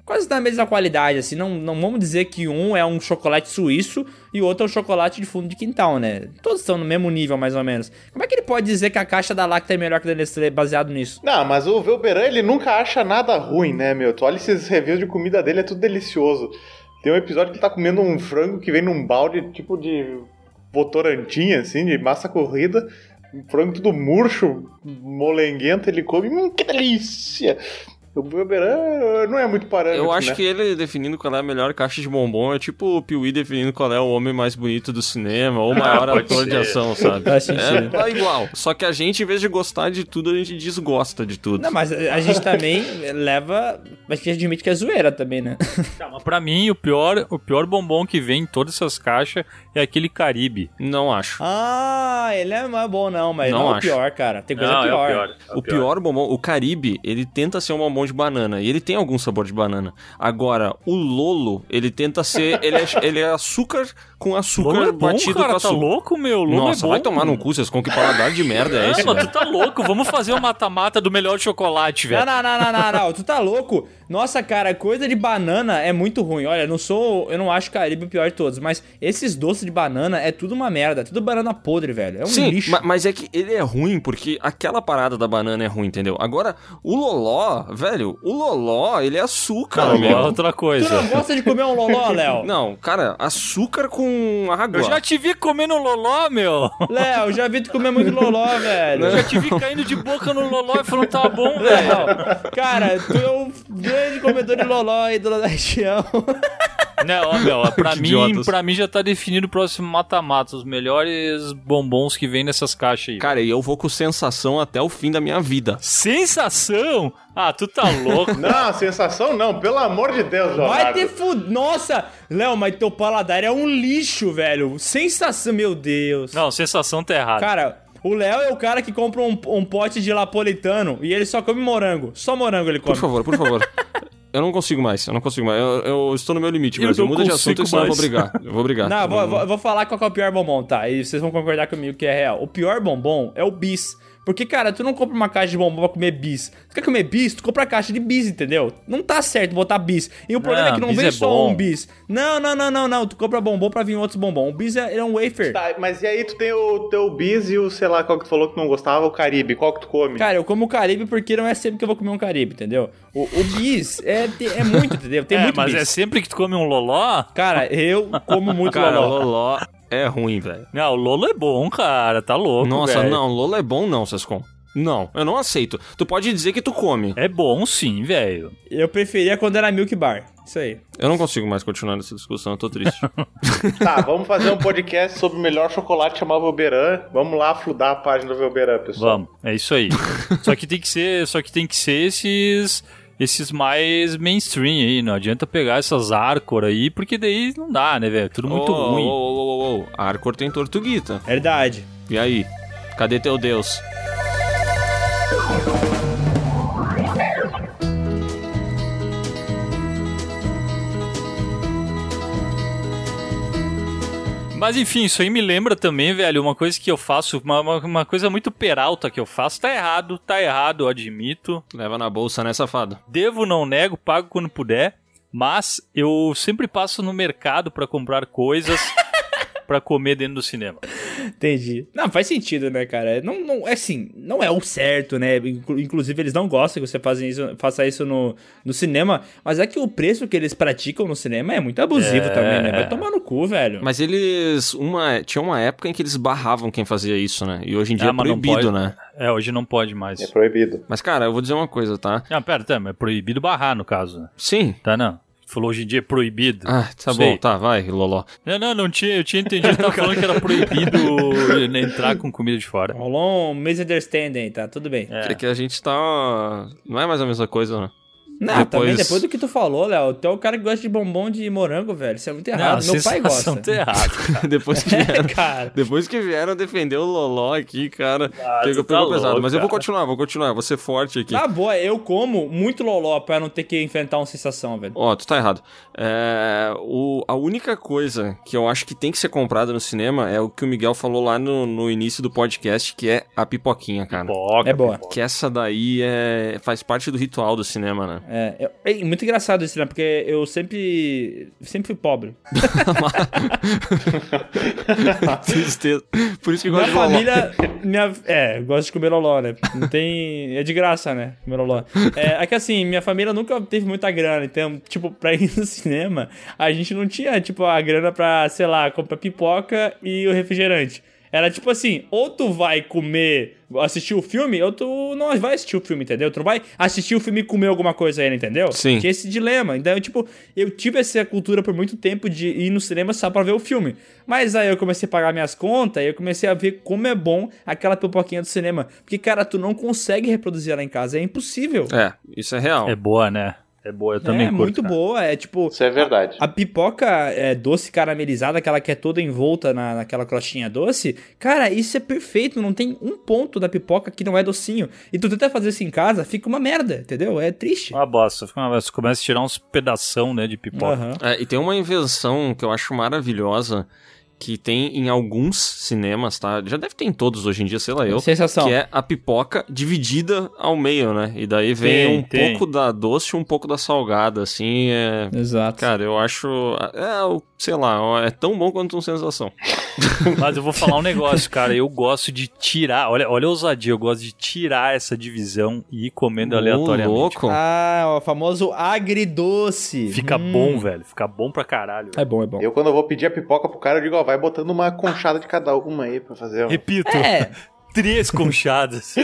quase da mesma qualidade, assim, não, não vamos dizer que um é um chocolate suíço e o outro é um chocolate de fundo de quintal, né? Todos estão no mesmo nível, mais ou menos. Como é que ele pode dizer que a caixa da Lacta é melhor que a da Nestlé baseado nisso? Não, mas o Velberan, ele nunca acha nada ruim, né, meu? Tu olha esses reviews de comida dele, é tudo delicioso. Tem um episódio que ele tá comendo um frango que vem num balde tipo de votorantim, assim, de massa corrida. Um frango tudo murcho, molenguento, ele come, hum, que delícia! O Velberan não é muito parâmetro, Eu acho né? que ele definindo qual é a melhor caixa de bombom é tipo o Pee-wee definindo qual é o homem mais bonito do cinema ou o maior pode ator ser. de ação, sabe? Faz sentido. É, é igual. Só que a gente, em vez de gostar de tudo, a gente desgosta de tudo. Não, mas a gente também leva... A gente admite que é zoeira também, né? Tá, mas pra mim, o pior, o pior bombom que vem em todas essas caixas é aquele Caribe. Não acho. Ah, ele é mais bom não, mas Não não, é o acho. pior, cara. Tem coisa Não, pior. é o pior. É O pior bombom, o Caribe, ele tenta ser um bombom de banana. E ele tem algum sabor de banana. Agora, o Lolo, ele tenta ser... ele, é, ele é açúcar com açúcar Lolo é bom, batido cara, com tá açúcar. louco, meu? Lolo Nossa, é bom. vai tomar no cu, vocês com que paladar de merda é Não, esse, mas velho? tu tá louco. Vamos fazer o mata-mata do melhor chocolate, velho. Não, não, não, não, não, não, tu tá louco? Nossa, cara, coisa de banana é muito ruim. Olha, eu não sou, eu não acho o Caribe o pior de todos, mas esses doces de banana é tudo uma merda, é tudo banana podre, velho. É um Sim, lixo. ma- mas é que ele é ruim porque aquela parada da banana é ruim, entendeu? Agora, o Loló, velho, o Loló, ele é açúcar, Não, meu. é outra Tu coisa. não gosta de comer um loló, Léo? Não, cara, açúcar com água. Eu já te vi comendo loló, meu. Léo, já vi tu comer muito loló, velho. Eu já te vi caindo de boca no loló e falando, tá bom, velho. Léo, cara, tu é um grande comedor de loló aí do da região. Não, ó, meu, pra Que mim, idiotas. pra mim já tá definido o próximo mata-mata, os melhores bombons que vem nessas caixas aí. Cara, e eu vou com sensação até o fim da minha vida. Sensação? Ah, tu tá louco. Não, sensação não, pelo amor de Deus, Leonardo. Vai ter fud... Nossa, Léo, mas teu paladar é um lixo, velho. Sensação, meu Deus. Não, sensação tá errada. Cara, o Léo é o cara que compra um, um pote de napolitano e ele só come morango. Só morango ele come. Por favor, por favor. Eu não consigo mais, eu não consigo mais. Eu, eu estou no meu limite, Eu Brasil. não Muda de consigo assunto, senão eu vou mais. brigar. Eu vou brigar. Não, eu vou, Eu vou, eu vou falar qual que é o pior bombom, tá? E vocês vão concordar comigo que é real. O pior bombom é o bis. Porque, cara, tu não compra uma caixa de bombom pra comer bis. Tu quer comer bis, tu compra a caixa de bis, entendeu? Não tá certo botar bis. E o problema Não, é que não bis vem é só bom. um bis. Não, não, não, não, não. Tu compra bombom pra vir outros bombom. O bis é, ele é um wafer. Tá, mas e aí tu tem o teu bis e o, sei lá, qual que tu falou que não gostava, o Caribe, qual que tu come? Cara, eu como Caribe porque não é sempre que eu vou comer um Caribe, entendeu? O, o bis é, é muito, entendeu? Tem é, muito mas bis. é sempre que tu come um loló? Cara, eu como muito Cara, loló. Loló é ruim, velho. Não, o Lolo é bom, cara, tá louco, Nossa, velho. não, Lolo é bom não, Sescom. Não, eu não aceito. Tu pode dizer que tu come. É bom sim, velho. Eu preferia quando era Milk Bar. Isso aí. Eu não consigo mais continuar nessa discussão, eu tô triste. Tá, vamos fazer um podcast sobre o melhor chocolate chamado Velberan. Vamos lá fludar a página do Velberan, pessoal. Vamos, é isso aí. só que tem que ser, só que tem que ser esses esses mais mainstream aí, não adianta pegar essas Arcor aí, porque daí não dá, né, velho? Tudo muito oh, ruim. Ô, ô, ô, ô, Arcor tem tortuguita. Verdade. E aí? Cadê teu Deus? Mas enfim, isso aí me lembra também, velho, uma coisa que eu faço, uma, uma, uma coisa muito peralta que eu faço. Tá errado, tá errado, eu admito. Leva na bolsa, né, safado? Devo, não nego, pago quando puder. Mas eu sempre passo no mercado pra comprar coisas pra comer dentro do cinema. Entendi. Não, faz sentido, né, cara? Não, não, é assim, não é o certo, né? Inclu- Inclusive, eles não gostam que você faça isso, faça isso no, no cinema, mas é que o preço que eles praticam no cinema é muito abusivo É. também, né? Vai tomar no cu, velho. Mas eles. Uma, tinha uma época em que eles barravam quem fazia isso, né? E hoje em dia Ah, é mas não proibido, pode. né? É, hoje não pode mais. É proibido. Mas, cara, eu vou dizer uma coisa, tá? Não, pera, tá, mas é proibido barrar, no caso, né? Sim. Tá, não. Falou hoje em dia é proibido. Ah, tá Sei. bom, tá, vai, Loló. Não, não, não tinha, eu tinha entendido, tava falando que era proibido entrar com comida de fora. Rolou um misunderstanding, tá? Tudo bem. É. É que a gente tá. Não é mais a mesma coisa, né? Não, Depois- também depois do que tu falou, Léo, tu é o cara que gosta de bombom de morango, velho. Isso é muito errado. Meu pai gosta. Tá errado, cara. Depois que É, vieram. cara. Depois que vieram defender o Loló aqui, cara, Ah, pegou, tu tá pegou pesado. louco, Mas eu vou cara. continuar, vou continuar, vou ser forte aqui. Na boa, eu como muito loló pra não ter que enfrentar uma sensação, velho. Ó, tu tá errado. É, o, a única coisa que eu acho que tem que ser comprada no cinema é o que o Miguel falou lá no, no início do podcast, que é a pipoquinha, cara. Pipoca, É boa. pipoca. Que essa daí é, faz parte do ritual do cinema, né? É, é, é muito engraçado isso, né? Porque eu sempre, sempre fui pobre. Tristeza. Por isso que Minha gosto de loló. família... Minha, é, gosto de comer loló, né? Não tem... É de graça, né? Comer loló. É, é que assim, minha família nunca teve muita grana. Então, tipo, pra ir no cinema, a gente não tinha, tipo, a grana pra, sei lá, comprar pipoca e o refrigerante. Era tipo assim, ou tu vai comer, assistir o filme, ou tu não vai assistir o filme, entendeu? Tu não vai assistir o filme e comer alguma coisa aí, entendeu? Sim. Tinha esse dilema. Então, tipo, eu tive essa cultura por muito tempo de ir no cinema só pra ver o filme. Mas aí eu comecei a pagar minhas contas e eu comecei a ver como é bom aquela pipoquinha do cinema. Porque, cara, tu não consegue reproduzir ela em casa, é impossível. É, isso é real. É boa, né? É boa, eu também É curto, muito cara. boa, é tipo... Isso é verdade. A, a pipoca é, doce caramelizada, aquela que é toda envolta na, naquela crostinha doce, cara, isso é perfeito, não tem um ponto da pipoca que não é docinho. E tu tenta fazer isso em casa, fica uma merda, entendeu? É triste. Uma bosta, fica uma bosta. Você começa a tirar uns pedação, né, de pipoca. Aham. É, e tem uma invenção que eu acho maravilhosa, que tem em alguns cinemas, tá? Já deve ter em todos hoje em dia, sei lá eu. Sensação. Que é a pipoca dividida ao meio, né? E daí vem Tem, um tem. pouco da doce e um pouco da salgada, assim, é... Exato. Cara, eu acho... É, o- sei lá, é tão bom quanto uma sensação. Mas eu vou falar um negócio, cara. Eu gosto de tirar. Olha, olha a ousadia. Eu gosto de tirar essa divisão e ir comendo Ô, aleatoriamente. louco. Ah, o famoso agridoce. Fica Hum. bom, velho. Fica bom pra caralho. É bom, é bom. Eu, quando eu vou pedir a pipoca pro cara, eu digo, ó, vai botando uma conchada de cada uma aí pra fazer. Ó. Repito. É. Três conchadas.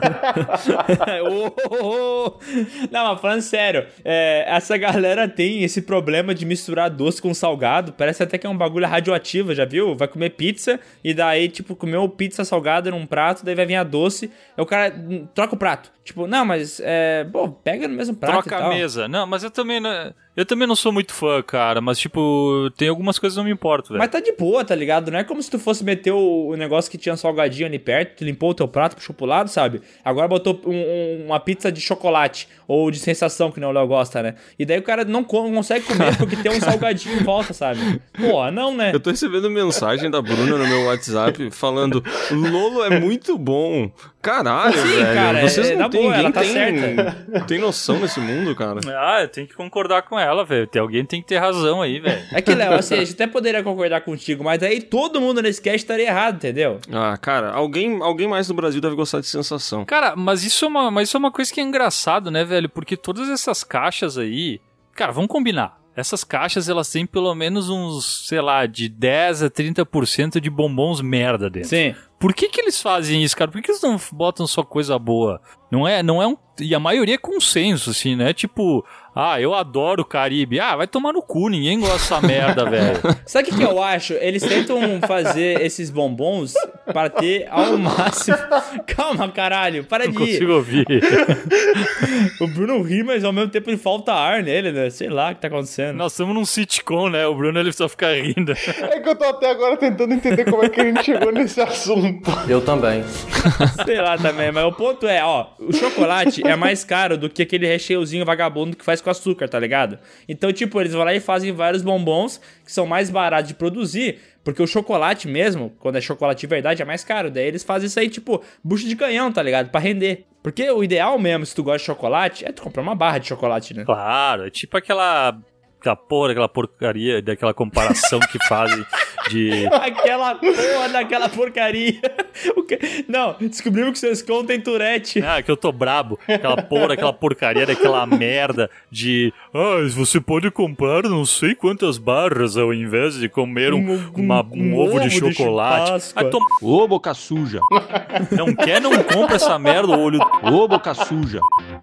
Ô, ô, ô. Não, mas falando sério, é, essa galera tem esse problema de misturar doce com salgado. Parece até que é um bagulho radioativo, já viu? Vai comer pizza e daí, tipo, comeu pizza salgada num prato, daí vai vir a doce. Aí o cara hum, troca o prato. Tipo, não, mas, é, pô, pega no mesmo prato Troca e tal. a mesa. Não, mas eu também não, eu também não sou muito fã, cara. Mas, tipo, tem algumas coisas que não me importam, velho. Mas tá de boa, tá ligado? Não é como se tu fosse meter o, o negócio que tinha um salgadinho ali perto, tu limpou o teu prato, puxou pro lado, sabe? Agora botou um- um- uma pizza de chocolate ou de sensação, que nem o Léo gosta, né? E daí o cara não, co- não consegue comer porque tem um salgadinho em volta, sabe? Pô, não, né? Eu tô recebendo mensagem da Bruna no meu WhatsApp falando: Lolo é muito bom. Caralho, Sim, velho. cara, Vocês é- não na têm, boa, ninguém ela tá tem, certa. tem noção nesse mundo, cara. Ah, eu tenho que concordar com ela, velho. Tem alguém que tem que ter razão aí, velho. É que, Léo, assim, a gente até poderia concordar contigo, mas aí todo mundo nesse cast estaria errado, entendeu? Ah, cara, alguém, alguém mais no Brasil deve gostar de sensação. Cara, mas isso, é uma, mas isso é uma coisa que é engraçado, né, velho? Porque todas essas caixas aí... Cara, vamos combinar. Essas caixas, elas têm pelo menos uns, sei lá, de dez a trinta por cento de bombons merda dentro. Sim. Por que que eles fazem isso, cara? Por que eles não botam só coisa boa? Não é, não é um... E a maioria é consenso, assim, né? Tipo, ah, eu adoro o Caribe. Ah, vai tomar no cu, ninguém gosta dessa merda, velho. Sabe o que, que eu acho? Eles tentam fazer esses bombons para ter ao máximo... Calma, caralho, para Não de ir. consigo ouvir. O Bruno ri, mas ao mesmo tempo ele falta ar nele, né? Sei lá o que tá acontecendo. Nós estamos num sitcom, né? O Bruno, ele só fica rindo. É que eu tô até agora tentando entender como é que a gente chegou nesse assunto. Eu também. Sei lá também, mas o ponto é, ó, o chocolate é mais caro do que aquele recheiozinho vagabundo que faz com açúcar, tá ligado? Então, tipo, eles vão lá e fazem vários bombons que são mais baratos de produzir, porque o chocolate mesmo, quando é chocolate de verdade, é mais caro. Daí eles fazem isso aí, tipo, bucho de canhão, tá ligado? Pra render. Porque o ideal mesmo, se tu gosta de chocolate, é tu comprar uma barra de chocolate, né? Claro, é tipo aquela... Aquela porra, aquela porcaria, daquela comparação que fazem de... Aquela porra daquela porcaria. O que- Não, descobrimos que seus cão tem Tourette. Ah, que eu tô brabo. Aquela porra, aquela porcaria daquela merda de... Ah, você pode comprar não sei quantas barras ao invés de comer um, Um- uma- um um ovo de ovo de chocolate. Páscoa. Vai tom- Ô, boca suja. Não quer, não compra essa merda, olho... Ô, boca suja.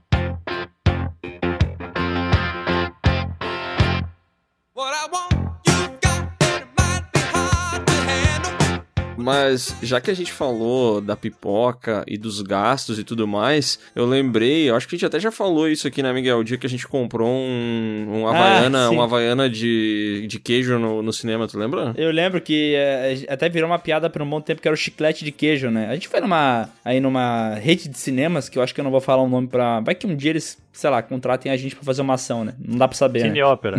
Mas já que a gente falou da pipoca e dos gastos e tudo mais, eu lembrei, eu acho que a gente até já falou isso aqui, né, Miguel? O dia que a gente comprou um, um Havaiana, Ah, sim. um Havaiana de, de queijo no, no cinema, tu lembra? Eu lembro que é, até virou uma piada por um bom tempo que era o chiclete de queijo, né? A gente foi numa aí numa rede de cinemas, que eu acho que eu não vou falar o nome pra... Vai que um dia eles sei lá, contratem a gente pra fazer uma ação, né? Não dá pra saber, Cine né? ópera.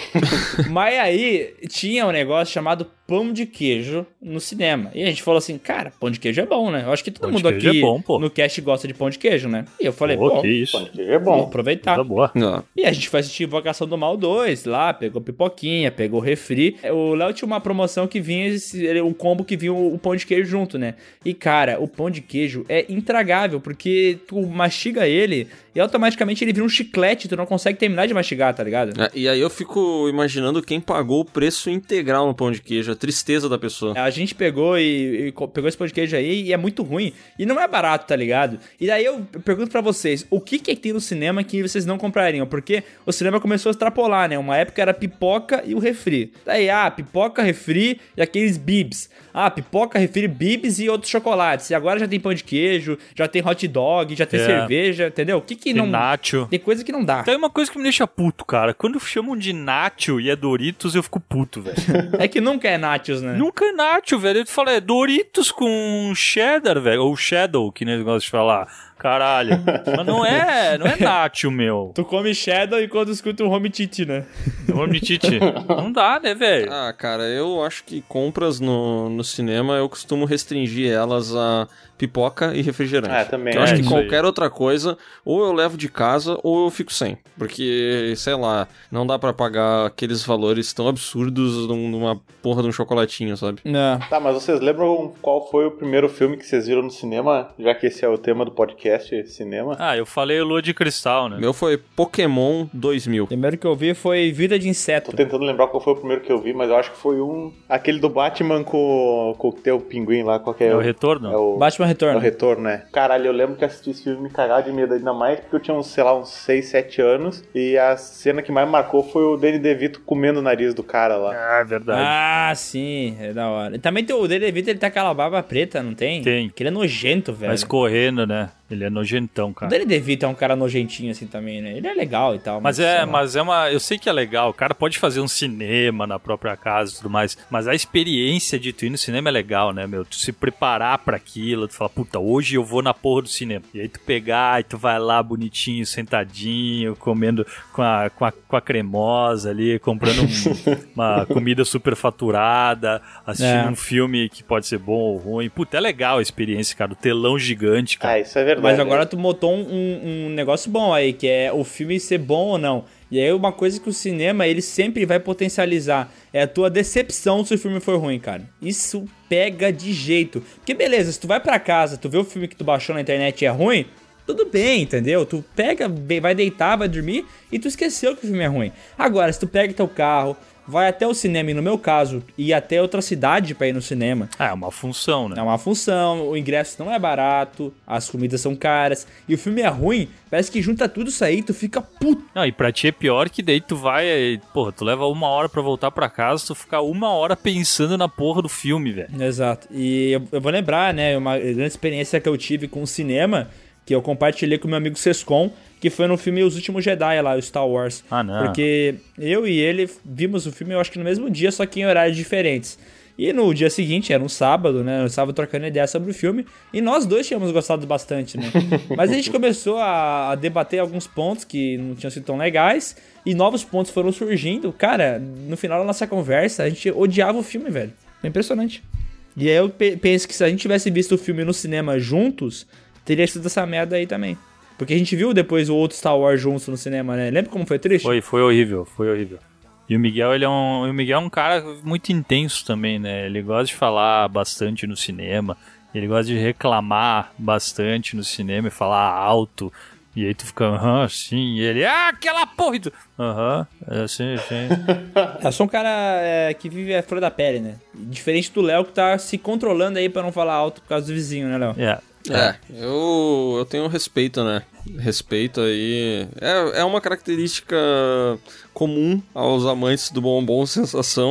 Mas aí tinha um negócio chamado pão de queijo no cinema. E a gente falou assim, cara, pão de queijo é bom, né? Eu acho que todo Pão de mundo queijo aqui é bom, pô. no cast gosta de pão de queijo, né? E eu falei, Pô, pô, que isso. Pão de queijo é vamos bom. aproveitar. Coisa boa. Não. E a gente foi assistir Invocação do Mal dois lá, pegou pipoquinha, pegou refri. O Léo tinha uma promoção que vinha, esse, ele- um combo que vinha o, o pão de queijo junto, né? E cara, o pão de queijo é intragável, porque tu mastiga ele e automaticamente ele vira um chiclete, tu não consegue terminar de mastigar, tá ligado? É, e aí eu fico imaginando quem pagou o preço integral no pão de queijo, a tristeza da pessoa. A gente pegou e, e co- pegou esse pão de queijo aí e é muito ruim. E não é barato, tá ligado? E daí eu pergunto pra vocês, o que que tem no cinema que vocês não comprariam? Porque o cinema começou a extrapolar, né? Uma época era pipoca e o refri. Daí, ah, pipoca, refri e aqueles bibs. Ah, pipoca, refri, bibs e outros chocolates. E agora já tem pão de queijo, já tem hot dog, já tem É. cerveja, entendeu? O que que Tem não... nacho. Tem coisa que não dá. Tem uma coisa que me deixa puto, cara. Quando chamam de nacho e é Doritos, eu fico puto, velho. É que nunca é nachos, né? Nunca é nacho, velho. Eu te falo, é Doritos com cheddar, velho. Ou shadow, que nem negócio de falar. Caralho. Mas não é, não é nacho, meu. Tu come cheddar enquanto escuta um home titi, né? Vamos Titi. Não dá, né, velho? Ah, cara, eu acho que compras no, no cinema eu costumo restringir elas a pipoca e refrigerante. Ah, também. Porque eu acho É, que isso qualquer outra coisa, ou eu levo de casa, ou eu fico sem. Porque, sei lá, não dá pra pagar aqueles valores tão absurdos num- numa porra de um chocolatinho, sabe? Não. Tá, mas vocês lembram qual foi o primeiro filme que vocês viram no cinema? Já que esse é o tema do podcast, cinema. Ah, eu falei Lua de Cristal, né? Meu foi Pokémon dois mil. Primeiro que eu vi foi Vida de Inseto. Tô tentando lembrar qual foi o primeiro que eu vi, mas eu acho que foi um... Aquele do Batman com, com o teu pinguim lá, qual que é? É o retorno? É o... Batman É Retorno. o retorno, né? Caralho, eu lembro que assisti esse filme e me cagava de medo, ainda mais porque eu tinha uns, sei lá, uns seis, sete anos. E a cena que mais marcou foi o Danny DeVito comendo o nariz do cara lá. Ah, é verdade. Ah, sim, é da hora. E também tem o Danny DeVito, ele tá com aquela barba preta, não tem? Tem. Que ele é nojento, velho. Mas correndo, né? Ele é nojentão, O cara. Danny DeVito é um cara nojentinho assim também, né? Ele é legal e tal. Mas sei é, lá. mas é uma. Eu sei que é legal. O cara pode fazer um cinema na própria casa e tudo mais. Mas a experiência de tu ir no cinema é legal, né, meu? Tu se preparar pra aquilo. Tu fala, puta, hoje eu vou na porra do cinema. E aí tu pegar e tu vai lá bonitinho, sentadinho, comendo com a, com a, com a cremosa ali, comprando um- uma comida super faturada, assistindo É. um filme que pode ser bom ou ruim. Puta, é legal a experiência, cara. O telão gigante, cara. Ah, isso é verdade. Mas agora tu botou um, um- um negócio bom aí, que é o filme ser bom ou não. E aí uma coisa que o cinema, ele sempre vai potencializar é a tua decepção se o filme for ruim, cara. Isso pega de jeito. Porque beleza, se tu vai pra casa, tu vê o filme que tu baixou na internet e é ruim, tudo bem, entendeu? Tu pega, vai deitar, vai dormir e tu esqueceu que o filme é ruim. Agora, se tu pega teu carro, vai até o cinema, e no meu caso, ir até outra cidade pra ir no cinema, Ah, é uma função, né? é uma função, o ingresso não é barato, as comidas são caras, e o filme é ruim, parece que junta tudo isso aí, tu fica puto. Não, e pra ti é pior que daí tu vai, e, porra, tu leva uma hora pra voltar pra casa, tu fica uma hora pensando na porra do filme, velho. Exato, e eu, eu vou lembrar, né, uma grande experiência que eu tive com o cinema, que eu compartilhei com meu amigo Sescon, que foi no filme Os Últimos Jedi lá, o Star Wars. Ah, não. Porque eu e ele vimos o filme, eu acho que no mesmo dia, só que em horários diferentes. E no dia seguinte, era um sábado, né? Eu estava trocando ideia sobre o filme. E nós dois tínhamos gostado bastante, né? Mas a gente começou a, a debater alguns pontos que não tinham sido tão legais. E novos pontos foram surgindo. Cara, no final da nossa conversa, a gente odiava o filme, velho. É impressionante. E aí eu pe- penso que se a gente tivesse visto o filme no cinema juntos, teria sido essa merda aí também. Porque a gente viu depois o outro Star Wars juntos no cinema, né? Lembra como foi triste? Foi, foi horrível, foi horrível. E o Miguel, ele é um, o Miguel é um cara muito intenso também, né? Ele gosta de falar bastante no cinema, ele gosta de reclamar bastante no cinema e falar alto. E aí tu fica, aham, sim, e ele, ah, aquela porra! E tu, aham, é assim, sim. Eu sou um cara é, que vive a flor da pele, né? Diferente do Léo que tá se controlando aí pra não falar alto por causa do vizinho, né, Léo? É. É, eu, eu tenho respeito, né? Respeito aí. É, é uma característica comum aos amantes do bombom sensação.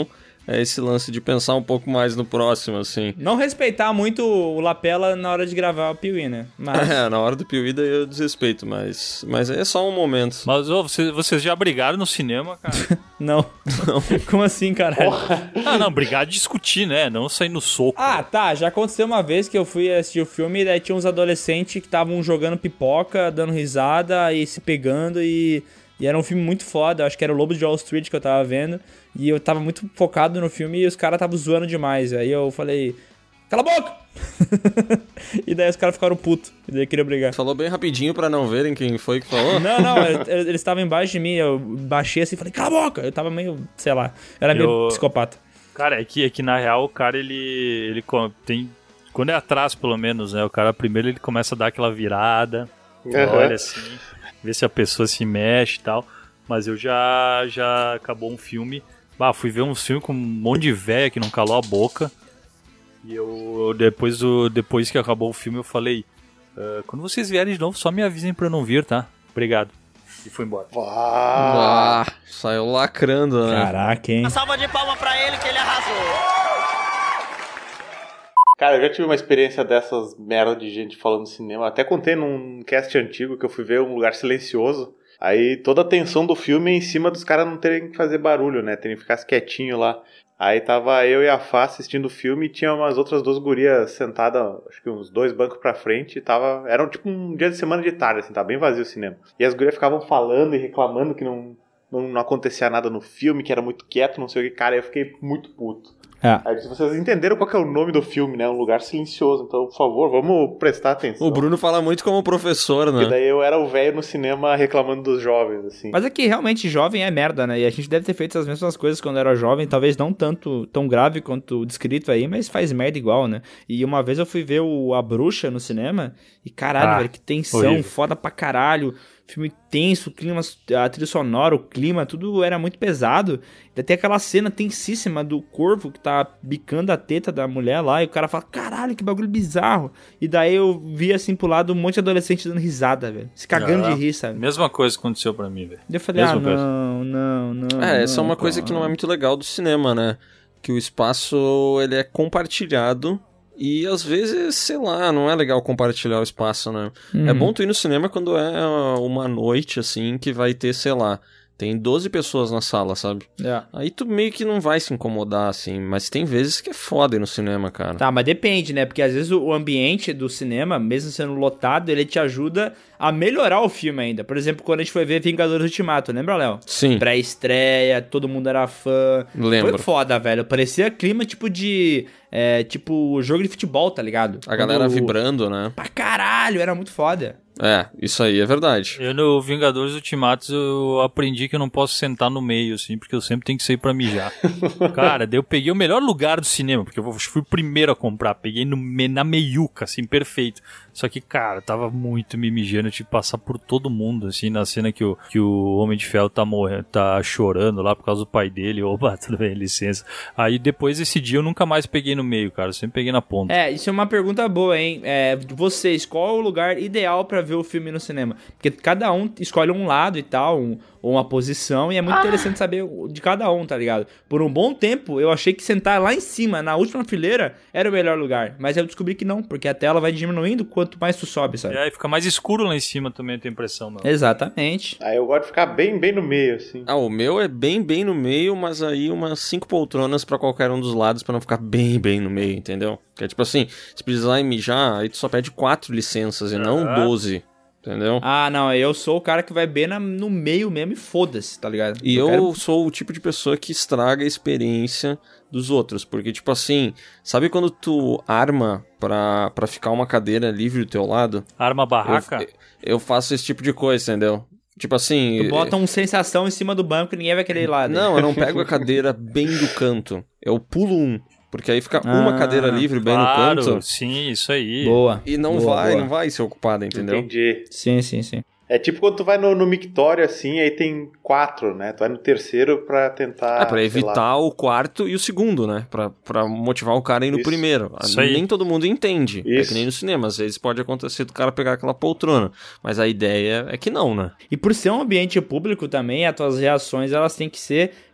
é esse lance de pensar um pouco mais no próximo, assim. Não respeitar muito o Lapela na hora de gravar o Piuí, né? Mas... É, na hora do Piuí daí eu desrespeito, mas, mas é só um momento. Mas ô, vocês, vocês já brigaram no cinema, cara? Não. Não. Como assim, caralho? Ah, não, brigar de discutir, né? Não sair no soco. Ah, tá. Já aconteceu uma vez que eu fui assistir o filme e daí tinha uns adolescentes que estavam jogando pipoca, dando risada e se pegando e... E era um filme muito foda, acho que era o Lobo de Wall Street que eu tava vendo. E eu tava muito focado no filme e os caras estavam zoando demais. Aí eu falei, cala a boca! E daí os caras ficaram putos. E daí eu queria brigar. Falou bem rapidinho pra não verem quem foi que falou? Não, não, eles estavam embaixo de mim, eu baixei assim e falei, cala a boca! Eu tava meio, sei lá, era meio eu... psicopata. Cara, é que, é que na real o cara, ele, ele tem... Quando é atrás, pelo menos, né? O cara primeiro ele começa a dar aquela virada, uhum. Olha assim... Ver se a pessoa se mexe e tal. Mas eu já, já acabou um filme. Bah, fui ver um filme com um monte de véia que não calou a boca. E eu, depois, do, depois que acabou o filme, eu falei: uh, quando vocês vierem de novo, só me avisem pra eu não vir, tá? Obrigado. E fui embora. Ah, saiu lacrando, né? Caraca, hein? Uma salva de palma pra ele que ele arrasou. Cara, eu já tive uma experiência dessas merda de gente falando de cinema. Até contei num cast antigo que eu fui ver Um Lugar Silencioso. Aí toda a tensão do filme é em cima dos caras não terem que fazer barulho, né? Terem que ficar quietinho lá. Aí tava eu e a Fá assistindo o filme e tinha umas outras duas gurias sentadas, acho que uns dois bancos pra frente. E tava... Era tipo um dia de semana de tarde, assim, tava bem vazio o cinema. E as gurias ficavam falando e reclamando que não, não, não acontecia nada no filme, que era muito quieto, não sei o que. Cara, eu fiquei muito puto. É. Aí vocês entenderam qual que é o nome do filme, né? Um Lugar Silencioso. Então, por favor, vamos prestar atenção. O Bruno fala muito como professor, né? Porque daí eu era o velho no cinema reclamando dos jovens, assim. Mas é que realmente jovem é merda, né? E a gente deve ter feito as mesmas coisas quando era jovem. Talvez não tanto, tão grave quanto o descrito aí, mas faz merda igual, né? E uma vez eu fui ver o A Bruxa no cinema e caralho, ah, velho, que tensão, horrível. Foda pra caralho. Filme tenso, o clima, a trilha sonora, o clima, tudo era muito pesado. Ainda tem aquela cena tensíssima do corvo que tá bicando a teta da mulher lá e o cara fala, caralho, que bagulho bizarro. E daí eu vi assim pro lado um monte de adolescente dando risada, velho. Se cagando ah, de rir, sabe? Mesma coisa aconteceu pra mim, velho. Eu falei, Mesma ah, coisa. não, não, não. É, não, essa é uma pô. coisa que não é muito legal do cinema, né? Que o espaço, ele é compartilhado. E às vezes, sei lá, não é legal compartilhar o espaço, né? Uhum. É bom tu ir no cinema quando é uma noite, assim, que vai ter, sei lá, tem doze pessoas na sala, sabe? É. Aí tu meio que não vai se incomodar, assim, mas tem vezes que é foda ir no cinema, cara. Tá, mas depende, né? Porque às vezes o ambiente do cinema, mesmo sendo lotado, ele te ajuda a melhorar o filme ainda. Por exemplo, quando a gente foi ver Vingadores Ultimato, lembra, Léo? Sim. Pré-estreia, todo mundo era fã. Lembro. Foi foda, velho. Parecia clima tipo de... É, tipo jogo de futebol, tá ligado? A galera Quando... vibrando, né? Pra caralho, era muito foda. É, isso aí é verdade. Eu no Vingadores Ultimatos eu aprendi que eu não posso sentar no meio, assim, porque eu sempre tenho que sair pra mijar. Cara, daí eu peguei o melhor lugar do cinema, porque eu fui o primeiro a comprar. Peguei no, na meiuca, assim, perfeito. Só que, cara, tava muito me mijando, eu tive que passar por todo mundo, assim, na cena que o, que o Homem de Ferro tá morrendo, tá chorando lá por causa do pai dele. Opa, tudo bem, licença. Aí depois desse dia eu nunca mais peguei no meio, cara, eu sempre peguei na ponta. É, isso é uma pergunta boa, hein? É, vocês, qual é o lugar ideal pra ver o filme no cinema? Porque cada um escolhe um lado e tal, um, ou uma posição, e é muito ah. interessante saber de cada um, tá ligado? Por um bom tempo, eu achei que sentar lá em cima, na última fileira, era o melhor lugar. Mas eu descobri que não, porque a tela vai diminuindo quanto mais tu sobe, sabe? É, e fica mais escuro lá em cima também, eu tenho impressão, mano. Exatamente. Aí eu gosto de ficar bem, bem no meio, assim. Ah, o meu é bem, bem no meio, mas aí umas cinco poltronas pra qualquer um dos lados pra não ficar bem, bem no meio, entendeu? Que é tipo assim, se precisar ir mijar, aí tu só pede quatro licenças e ah. não doze. Entendeu? Ah, não, eu sou o cara que vai bem na, no meio mesmo e foda-se, tá ligado? E eu, eu quero... sou o tipo de pessoa que estraga a experiência dos outros, porque tipo assim, sabe quando tu arma pra, pra ficar uma cadeira livre do teu lado? Arma barraca? Eu, eu faço esse tipo de coisa, entendeu? Tipo assim... Tu bota uma sensação em cima do banco e ninguém vai querer ir lá. Não, eu não pego a cadeira bem do canto, eu pulo um. Porque aí fica ah, uma cadeira livre bem claro, no canto. Sim, isso aí. Boa. E não boa, vai, boa. não vai ser ocupada, entendeu? Entendi. Sim, sim, sim. É tipo quando tu vai no, no mictório, assim, aí tem quatro, né? Tu vai no terceiro pra tentar... É, pra evitar o quarto e o segundo, né? Pra, pra motivar o cara a ir no Isso. primeiro. Isso aí. Nem todo mundo entende. Isso. É que nem no cinema. Às vezes pode acontecer do cara pegar aquela poltrona. Mas a ideia é que não, né? E por ser um ambiente público também, as tuas reações, elas têm que ser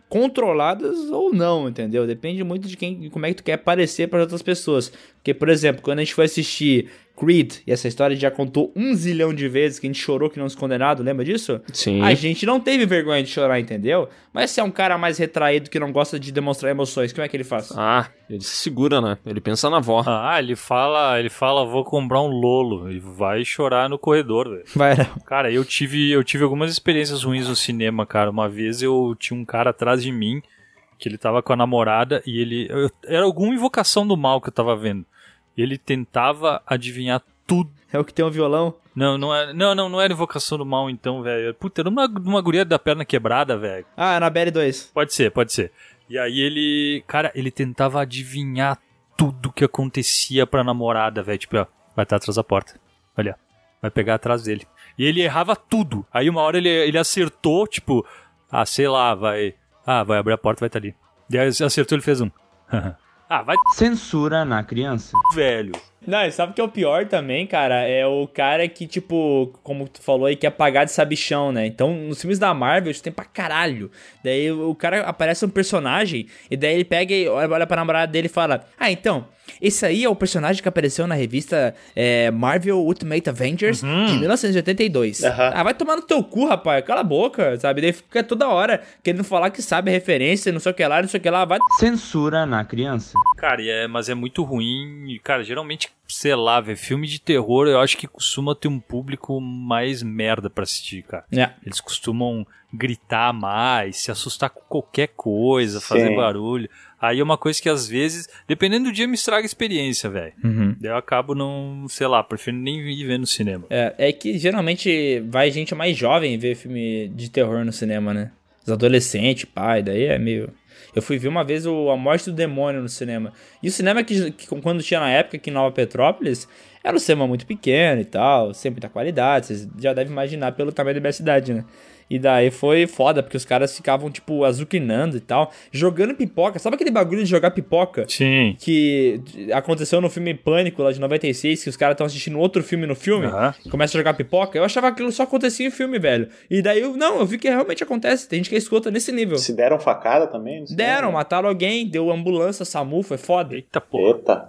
controladas ou não, entendeu? Depende muito de quem, como é que tu quer parecer para outras pessoas. Porque, por exemplo, quando a gente foi assistir Creed, e essa história já contou um zilhão de vezes que a gente chorou que não se condenado, lembra disso? Sim. A gente não teve vergonha de chorar, entendeu? Mas se é um cara mais retraído que não gosta de demonstrar emoções, como é que ele faz? Ah, ele se segura, né? Ele pensa na avó. Ah, ele fala, ele fala, vou comprar um Lolo. E vai chorar no corredor, velho. Vai, não. Cara, eu tive, eu tive algumas experiências ruins no cinema, cara. Uma vez eu tinha um cara atrás de mim, que ele tava com a namorada, e ele... Eu, era alguma invocação do mal que eu tava vendo. Ele tentava adivinhar tudo. É o que tem um violão? Não, não, é, não, não, não era invocação do mal, então, velho. Puta, era uma, uma guria da perna quebrada, velho. Ah, Annabelle dois. Pode ser, pode ser. E aí ele... Cara, ele tentava adivinhar tudo que acontecia pra namorada, velho. Tipo, ó, vai estar atrás da porta. Olha, vai pegar atrás dele. E ele errava tudo. Aí uma hora ele, ele acertou, tipo... Ah, sei lá, vai... Ah, vai abrir a porta, vai estar ali. E aí acertou, ele fez um... Ah, vai... Censura na criança. Velho. Não, e sabe o que é o pior também, cara? É o cara que, tipo, como tu falou aí, quer pagar de sabichão, né? Então, nos filmes da Marvel, isso tem pra caralho. Daí o cara aparece um personagem, e daí ele pega e olha pra namorada dele e fala: Ah, então, esse aí é o personagem que apareceu na revista é, Marvel Ultimate Avengers uhum. de mil novecentos e oitenta e dois. Uhum. Ah, vai tomar no teu cu, rapaz. Cala a boca, sabe? Daí fica toda hora querendo falar que sabe a referência, não sei o que lá, não sei o que lá. Vai... Censura na criança. Cara, é, mas é muito ruim. Cara, geralmente, sei lá, velho, filme de terror eu acho que costuma ter um público mais merda pra assistir, cara. É. Eles costumam gritar mais, se assustar com qualquer coisa, Sim. fazer barulho. Aí é uma coisa que às vezes, dependendo do dia, me estraga a experiência, velho. Uhum. Daí eu acabo não, sei lá, prefiro nem ir ver no cinema. É, é que geralmente vai gente mais jovem ver filme de terror no cinema, né? Os adolescentes, pai, daí é meio... Eu fui ver uma vez o A Morte do Demônio no cinema. E o cinema que, que quando tinha na época aqui em Nova Petrópolis, era um cinema muito pequeno e tal, sem muita qualidade. Vocês já devem imaginar pelo tamanho da minha cidade, né? E daí foi foda, porque os caras ficavam, tipo, azucrinando e tal, jogando pipoca. Sabe aquele bagulho de jogar pipoca? Sim. Que aconteceu no filme Pânico, lá de noventa e seis, que os caras estão assistindo outro filme no filme, uhum. e começa a jogar pipoca. Eu achava que aquilo só acontecia em filme, velho. E daí, eu, não, eu vi que realmente acontece. Tem gente que escuta nesse nível. Se deram facada também? Deram, mataram alguém, deu ambulância, SAMU, foi foda. Eita porra. Eita.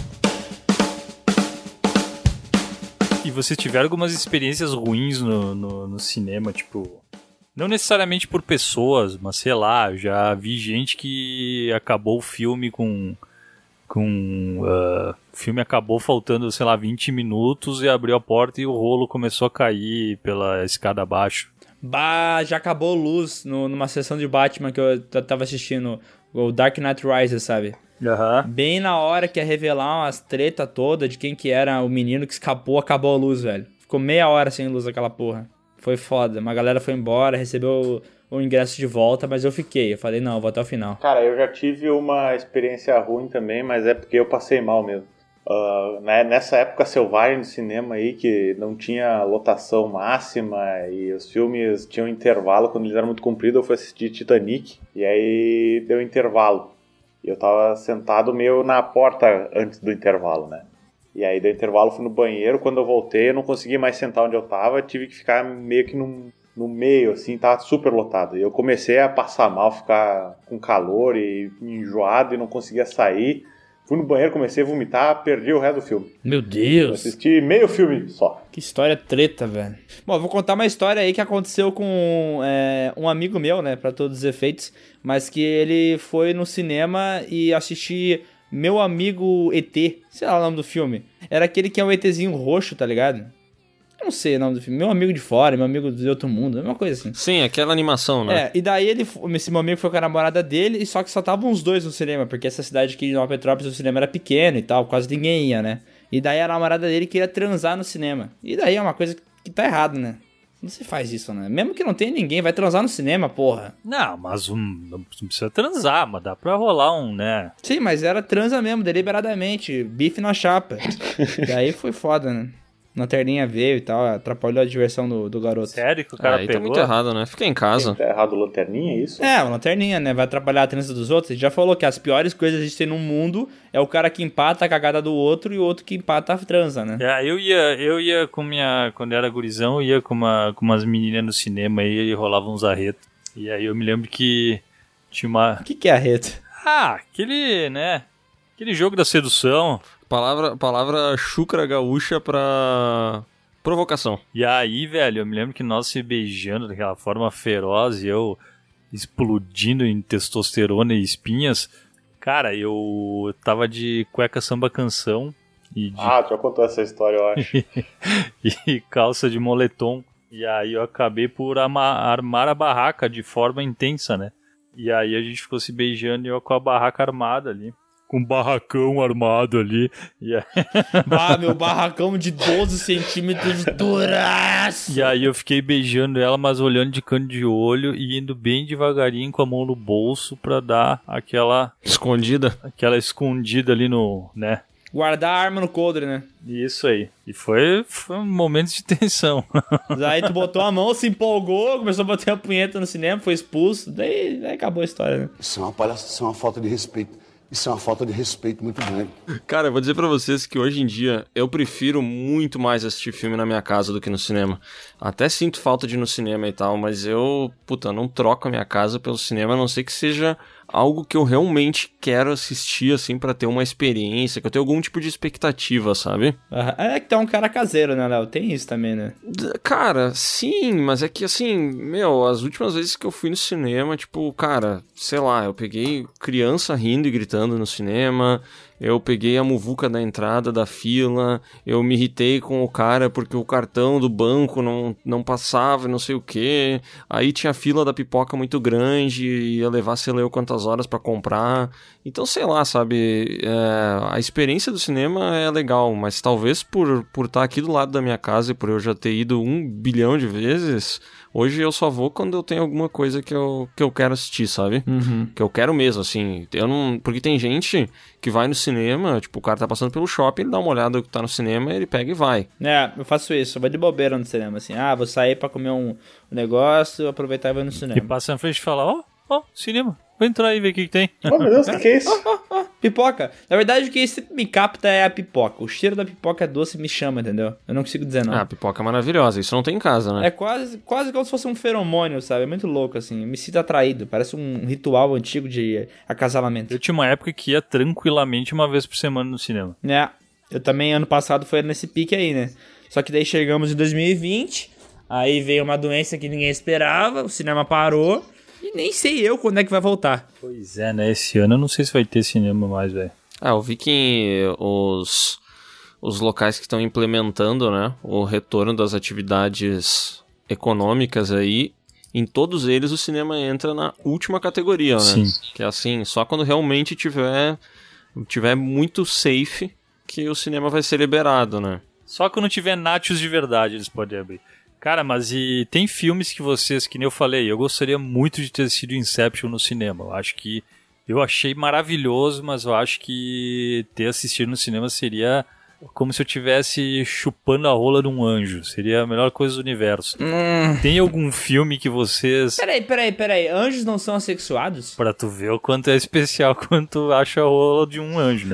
E vocês tiveram algumas experiências ruins no, no, no cinema, tipo... Não necessariamente por pessoas, mas sei lá, eu já vi gente que acabou o filme com... com uh, o filme acabou faltando, sei lá, vinte minutos e abriu a porta e o rolo começou a cair pela escada abaixo. Bah, já acabou luz no, numa sessão de Batman que eu t- tava assistindo, o Dark Knight Rises, sabe? Uhum. Bem na hora que ia revelar umas treta toda de quem que era o menino que escapou, acabou a luz, velho. Ficou meia hora sem luz aquela porra. Foi foda. Uma galera foi embora, recebeu o, o ingresso de volta, mas eu fiquei. Eu falei, não, eu vou até o final. Cara, eu já tive uma experiência ruim também, mas é porque eu passei mal mesmo. Uh, né, nessa época selvagem do cinema aí, que não tinha lotação máxima e os filmes tinham intervalo, quando eles eram muito compridos, eu fui assistir Titanic, e aí deu intervalo. E eu tava sentado meio na porta antes do intervalo, né? E aí deu intervalo, fui no banheiro, quando eu voltei eu não consegui mais sentar onde eu tava, tive que ficar meio que no, no meio, assim, tava super lotado. E eu comecei a passar mal, ficar com calor e enjoado e não conseguia sair. Fui no banheiro, comecei a vomitar, perdi o resto do filme. Meu Deus! Eu assisti meio filme só. Que história treta, velho. Bom, eu vou contar uma história aí que aconteceu com é, um amigo meu, né, pra todos os efeitos, mas que ele foi no cinema e assistir Meu Amigo E T, sei lá o nome do filme. Era aquele que é um ETzinho roxo, tá ligado? Eu não sei o nome do filme. Meu Amigo de Fora, Meu Amigo de Outro Mundo, é uma coisa assim. Sim, aquela animação, né? É, e daí ele, esse meu amigo foi com a namorada dele, e só que só estavam os dois no cinema, porque essa cidade aqui de Nova Petrópolis, o cinema era pequeno e tal, quase ninguém ia, né? E daí a namorada dele queria transar no cinema. E daí é uma coisa que tá errado, né? Não se faz isso, né? Mesmo que não tenha ninguém, vai transar no cinema, porra. Não, mas um, não precisa transar, mas dá pra rolar um, né? Sim, mas era transa mesmo, deliberadamente, bife na chapa. E aí foi foda, né? Lanterninha veio e tal, atrapalhou a diversão do, do garoto. Sério que o cara ah, pegou? Tá muito errado, né? Fica em casa. Tá errado o Lanterninha, é isso? É, o Lanterninha, né? Vai atrapalhar a trança dos outros. A gente já falou que as piores coisas que a gente tem no mundo é o cara que empata a cagada do outro e o outro que empata a transa, né? É, eu ia, eu ia com minha... Quando eu era gurizão, eu ia com, uma, com umas meninas no cinema aí e rolava uns arretos. E aí eu me lembro que Tinha uma... O que, que é arreto? Ah, aquele, né? Aquele jogo da sedução. Palavra, palavra chucra gaúcha pra provocação. E aí, velho, eu me lembro que nós se beijando daquela forma feroz e eu explodindo em testosterona e espinhas. Cara, eu tava de cueca samba canção. E de... Ah, tu já contou essa história, eu acho. e calça de moletom. E aí eu acabei por ama- armar a barraca de forma intensa, né? E aí a gente ficou se beijando e eu com a barraca armada ali. Com um barracão armado ali. E aí... Ah, meu barracão de doze centímetros duraço. E aí eu fiquei beijando ela, mas olhando de canto de olho e indo bem devagarinho com a mão no bolso pra dar aquela... Escondida? Aquela escondida ali no... né? Guardar a arma no coldre, né? Isso aí. E foi, foi um momento de tensão. Daí tu botou a mão, se empolgou, começou a bater a punheta no cinema, foi expulso. Daí, daí acabou a história, né? Isso é uma palhaça, isso é uma falta de respeito. Isso é uma falta de respeito muito grande. Cara, eu vou dizer pra vocês que hoje em dia eu prefiro muito mais assistir filme na minha casa do que no cinema. Até sinto falta de ir no cinema e tal, mas eu, puta, não troco a minha casa pelo cinema, a não ser que seja algo que eu realmente quero assistir, assim, pra ter uma experiência, que eu tenho algum tipo de expectativa, sabe? É que tu é um cara caseiro, né, Léo? Tem isso também, né? Cara, sim, mas é que, assim, meu, as últimas vezes que eu fui no cinema, tipo, cara, sei lá, eu peguei criança rindo e gritando no cinema, eu peguei a muvuca da entrada da fila, eu me irritei com o cara porque o cartão do banco não, não passava e não sei o que, aí tinha a fila da pipoca muito grande, ia levar sei lá eu quantas horas pra comprar, então sei lá, sabe, é, a experiência do cinema é legal, mas talvez por por estar aqui do lado da minha casa e por eu já ter ido um bilhão de vezes, hoje eu só vou quando eu tenho alguma coisa que eu, que eu quero assistir, sabe? Uhum. Que eu quero mesmo, assim. Eu não... Porque tem gente que vai no cinema, tipo, o cara tá passando pelo shopping, ele dá uma olhada no que tá no cinema, ele pega e vai. É, eu faço isso, eu vou de bobeira no cinema, assim. Ah, vou sair pra comer um negócio, aproveitar e vou no cinema. E passa na frente e fala, ó, oh, ó, oh, cinema. Vou entrar aí e ver o que, que tem. Oh, meu Deus, o que, que é isso? Oh, oh, oh, pipoca. Na verdade, o que sempre me capta é a pipoca. O cheiro da pipoca doce me chama, entendeu? Eu não consigo dizer não. Ah, a pipoca é maravilhosa. Isso não tem em casa, né? É quase, quase como se fosse um feromônio, sabe? É muito louco, assim. Eu me sinto atraído. Parece um ritual antigo de acasalamento. Eu tinha uma época que ia tranquilamente uma vez por semana no cinema. É. Eu também, ano passado, foi nesse pique aí, né? Só que daí chegamos em dois mil e vinte, aí veio uma doença que ninguém esperava, o cinema parou... E nem sei eu quando é que vai voltar. Pois é, né? Esse ano eu não sei se vai ter cinema mais, velho. Ah, eu vi que os, os locais que estão implementando, né, o retorno das atividades econômicas aí, em todos eles o cinema entra na última categoria, né? Sim. Que é assim, só quando realmente tiver, tiver muito safe que o cinema vai ser liberado, né? Só quando tiver nachos de verdade eles podem abrir. Cara, mas e tem filmes que vocês, que nem eu falei, eu gostaria muito de ter assistido Inception no cinema. Eu acho que, eu achei maravilhoso, mas eu acho que ter assistido no cinema seria como se eu estivesse chupando a rola de um anjo. Seria a melhor coisa do universo. Hum. Tem algum filme que vocês... Peraí, peraí, peraí. Anjos não são assexuados? Pra tu ver o quanto é especial quando tu acha a rola de um anjo, né,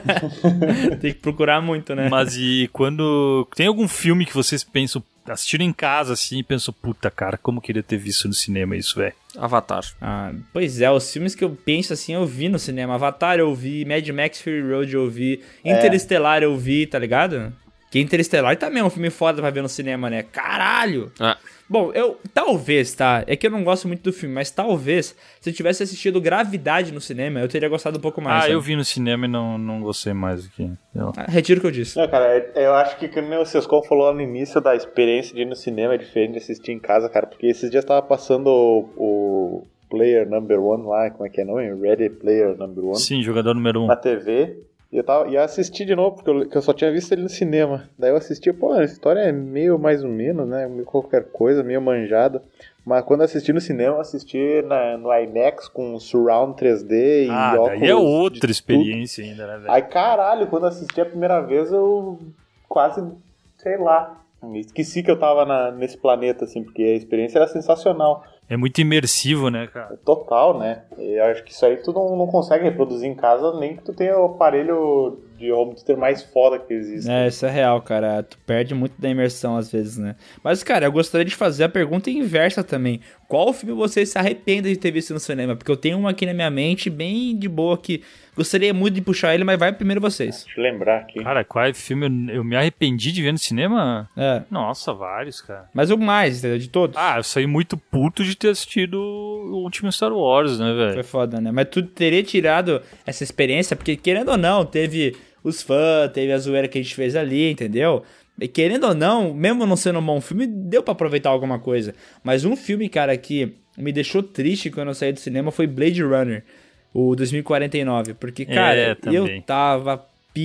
velho? Tem que procurar muito, né? Mas e quando... Tem algum filme que vocês pensam, assistiram em casa assim e pensam, puta cara, como eu queria ter visto no cinema isso, velho? Avatar. Ah, pois é, os filmes que eu penso assim, eu vi no cinema. Avatar eu vi, Mad Max Fury Road eu vi, é. Interestelar eu vi, tá ligado? Que Interestelar também é um filme foda pra ver no cinema, né? Caralho! Ah. Bom, eu, talvez, tá? É que eu não gosto muito do filme, mas talvez, se eu tivesse assistido Gravidade no cinema, eu teria gostado um pouco mais. Ah, sabe? eu vi no cinema e não, não gostei mais aqui. Eu... Ah, retiro o que eu disse. Não, cara, eu acho que, como o Sescon falou no início, da experiência de ir no cinema é diferente de assistir em casa, cara, porque esses dias tava passando o, o Player Number One lá, como é que é o nome? Ready Player Number One. Sim, jogador número um. Na T V. E eu tava, ia assistir de novo, porque eu, que eu só tinha visto ele no cinema. Daí eu assisti, pô, a história é meio mais ou menos, né? Meio qualquer coisa, meio manjada. Mas quando eu assisti no cinema, eu assisti na, no IMAX com Surround três D e ah, óculos. Daí é outra experiência ainda, né, velho? Aí, caralho, quando eu assisti a primeira vez, eu quase, sei lá, esqueci que eu tava na, nesse planeta, assim, porque a experiência era sensacional. É muito imersivo, né, cara? Total, né? E eu acho que isso aí tu não, não consegue reproduzir em casa, nem que tu tenha o aparelho de home theater mais foda que existe. É, isso é real, cara. Tu perde muito da imersão às vezes, né? Mas, cara, eu gostaria de fazer a pergunta inversa também. Qual filme você se arrepende de ter visto no cinema? Porque eu tenho uma aqui na minha mente, bem de boa, que gostaria muito de puxar ele, mas vai primeiro vocês. Deixa eu lembrar aqui. Cara, qual filme eu, eu me arrependi de ver no cinema? É. Nossa, vários, cara. Mas o mais, entendeu? De todos. Ah, eu saí muito puto de ter assistido o último Star Wars, né, velho? Foi foda, né? Mas tu teria tirado essa experiência, porque querendo ou não, teve os fãs, teve a zoeira que a gente fez ali, entendeu? E querendo ou não, mesmo não sendo um bom filme, deu pra aproveitar alguma coisa. Mas um filme, cara, que me deixou triste quando eu saí do cinema foi Blade Runner, o dois mil e quarenta e nove. Porque, cara, é, eu tava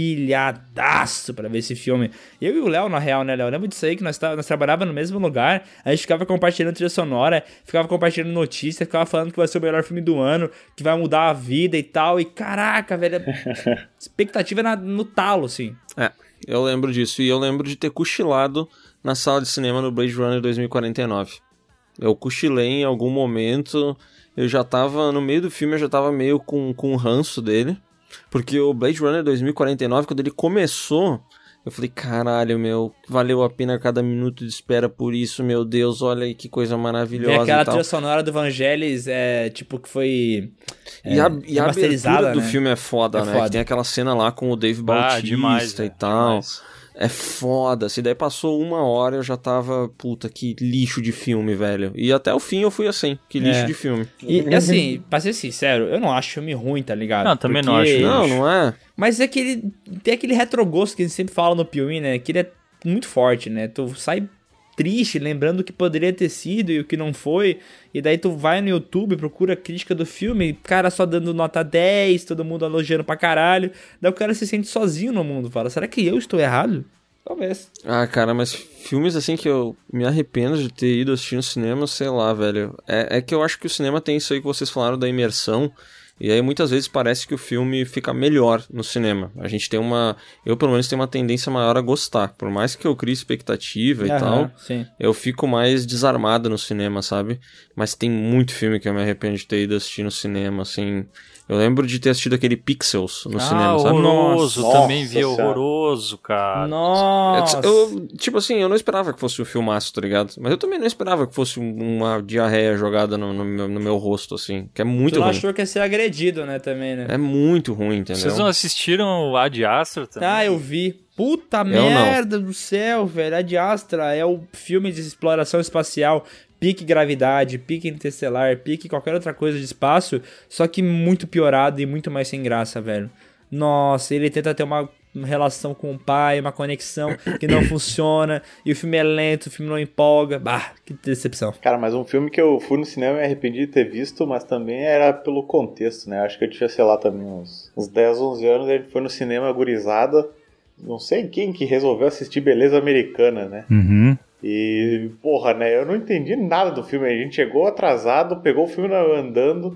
pilhadaço pra ver esse filme. Eu e o Léo, na real, né, Léo? Eu lembro disso aí, que nós, tá, nós trabalhávamos no mesmo lugar, a gente ficava compartilhando trilha sonora, ficava compartilhando notícias, ficava falando que vai ser o melhor filme do ano, que vai mudar a vida e tal, e caraca, velho, expectativa na, no talo, assim. É, eu lembro disso, e eu lembro de ter cochilado na sala de cinema no Blade Runner dois mil e quarenta e nove. Eu cochilei em algum momento, eu já tava, no meio do filme, eu já tava meio com, com o ranço dele, porque o Blade Runner dois mil e quarenta e nove, quando ele começou, eu falei, caralho, meu, valeu a pena cada minuto de espera por isso, meu Deus, olha aí que coisa maravilhosa. E aquela e tal. trilha sonora do Vangelis, é, tipo, que foi é, E a, e a abertura do né? filme é foda, é né? Foda. Que tem aquela cena lá com o Dave Bautista ah, demais, e tal. Demais. É foda, se daí passou uma hora eu já tava, puta, que lixo de filme, velho. E até o fim eu fui assim, que lixo é. de filme. E, e assim, pra ser sincero, eu não acho filme ruim, tá ligado? Não, também Porque... não acho. Não, não é. Mas é aquele, tem aquele retrogosto que a gente sempre fala no P U I, né? Que ele é muito forte, né? Tu sai triste, lembrando o que poderia ter sido e o que não foi, e daí tu vai no YouTube, procura a crítica do filme, cara só dando nota dez, todo mundo elogiando pra caralho, daí o cara se sente sozinho no mundo, fala, será que eu estou errado? Talvez. Ah, cara, mas filmes assim que eu me arrependo de ter ido assistir no cinema, sei lá, velho, é, é que eu acho que o cinema tem isso aí que vocês falaram da imersão. E aí muitas vezes parece que o filme fica melhor no cinema. A gente tem uma... Eu pelo menos tenho uma tendência maior a gostar. Por mais que eu crie expectativa e Aham, tal, sim. eu fico mais desarmado no cinema, sabe? Mas tem muito filme que eu me arrependo de ter ido assistir no cinema, assim... Eu lembro de ter assistido aquele Pixels no ah, cinema, sabe? horroroso, Nossa, também vi horroroso, cara. Nossa! Eu, tipo assim, eu não esperava que fosse um filmaço, tá ligado? Mas eu também não esperava que fosse uma diarreia jogada no, no, meu, no meu rosto, assim, que é muito tu não ruim. achou que ia ser agredido, né, também, né? É muito ruim, entendeu? Vocês não assistiram o Ad Astra também? Ah, eu vi. Puta eu merda não. do céu, velho. Ad Astra é o filme de exploração espacial, pique gravidade, pique interestelar, pique qualquer outra coisa de espaço, só que muito piorado e muito mais sem graça, velho. Nossa, ele tenta ter uma relação com o pai, uma conexão que não funciona, e o filme é lento, o filme não empolga. Bah, que decepção. Cara, mas um filme que eu fui no cinema e me arrependi de ter visto, mas também era pelo contexto, né? Acho que eu tinha, sei lá, também uns, uns dez, onze anos, ele foi no cinema gurizada, não sei quem que resolveu assistir Beleza Americana, né? Uhum. E, porra, né, eu não entendi nada do filme. A gente chegou atrasado, pegou o filme andando.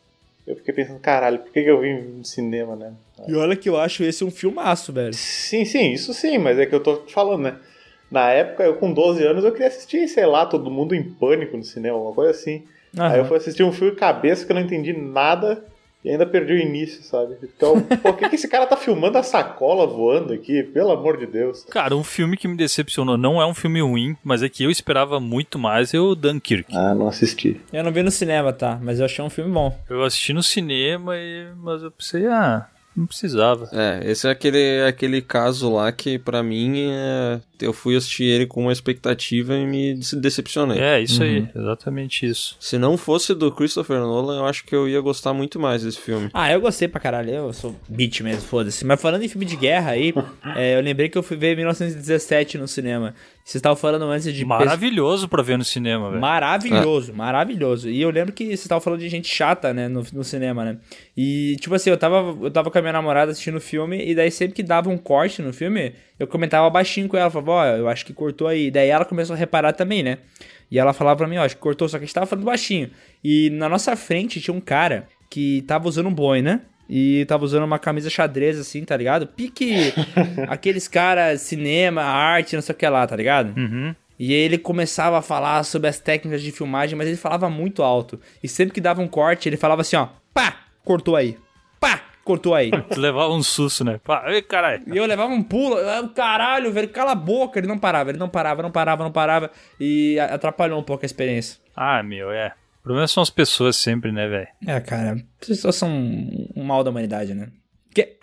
Eu fiquei pensando, caralho, por que, que eu vim no cinema, né? E olha que eu acho esse um filmaço, velho. Sim, sim, isso sim, mas é que eu tô te falando, né? Na época, eu com doze anos, eu queria assistir, sei lá, Todo Mundo em Pânico no cinema, uma coisa assim. Aham. Aí eu fui assistir um filme cabeça que eu não entendi nada e ainda perdi o início, sabe? Então, por que, que esse cara tá filmando a sacola voando aqui? Pelo amor de Deus. Cara, um filme que me decepcionou, não é um filme ruim, mas é que eu esperava muito mais, é o Dunkirk. Ah, não assisti. Eu não vi no cinema, tá? Mas eu achei um filme bom. Eu assisti no cinema, e... mas eu pensei, ah... Não precisava. É, esse é aquele, aquele caso lá que, pra mim, é... eu fui assistir ele com uma expectativa e me decepcionei. É, isso uhum. aí, exatamente isso. Se não fosse do Christopher Nolan, eu acho que eu ia gostar muito mais desse filme. Ah, eu gostei pra caralho, eu sou beat mesmo, foda-se. Mas falando em filme de guerra aí, é, eu lembrei que eu fui ver mil novecentos e dezessete no cinema. Vocês estavam falando antes de... Maravilhoso pra ver no cinema, velho. Maravilhoso, é. maravilhoso. E eu lembro que vocês estavam falando de gente chata, né, no, no cinema, né? E, tipo assim, eu tava, eu tava com a minha namorada assistindo o filme, e daí sempre que dava um corte no filme, eu comentava baixinho com ela, falava, ó, eu acho que cortou aí. Daí ela começou a reparar também, né? E ela falava pra mim, ó, acho que cortou, só que a gente tava falando baixinho. E na nossa frente tinha um cara que tava usando um boina, e tava usando uma camisa xadrez, assim, tá ligado? Pique aqueles caras, cinema, arte, não sei o que lá, tá ligado? Uhum. E ele começava a falar sobre as técnicas de filmagem, mas ele falava muito alto. E sempre que dava um corte, ele falava assim, ó, pá, cortou aí. Pá, cortou aí. Tu levava um susto, né? Pá, ei, caralho. E eu levava um pulo, eu, caralho, velho, cala a boca. Ele não parava, ele não parava, não parava, não parava. E atrapalhou um pouco a experiência. Ah, meu, é. O problema são as pessoas sempre, né, velho? É, cara, as pessoas são um mal da humanidade, né? Que...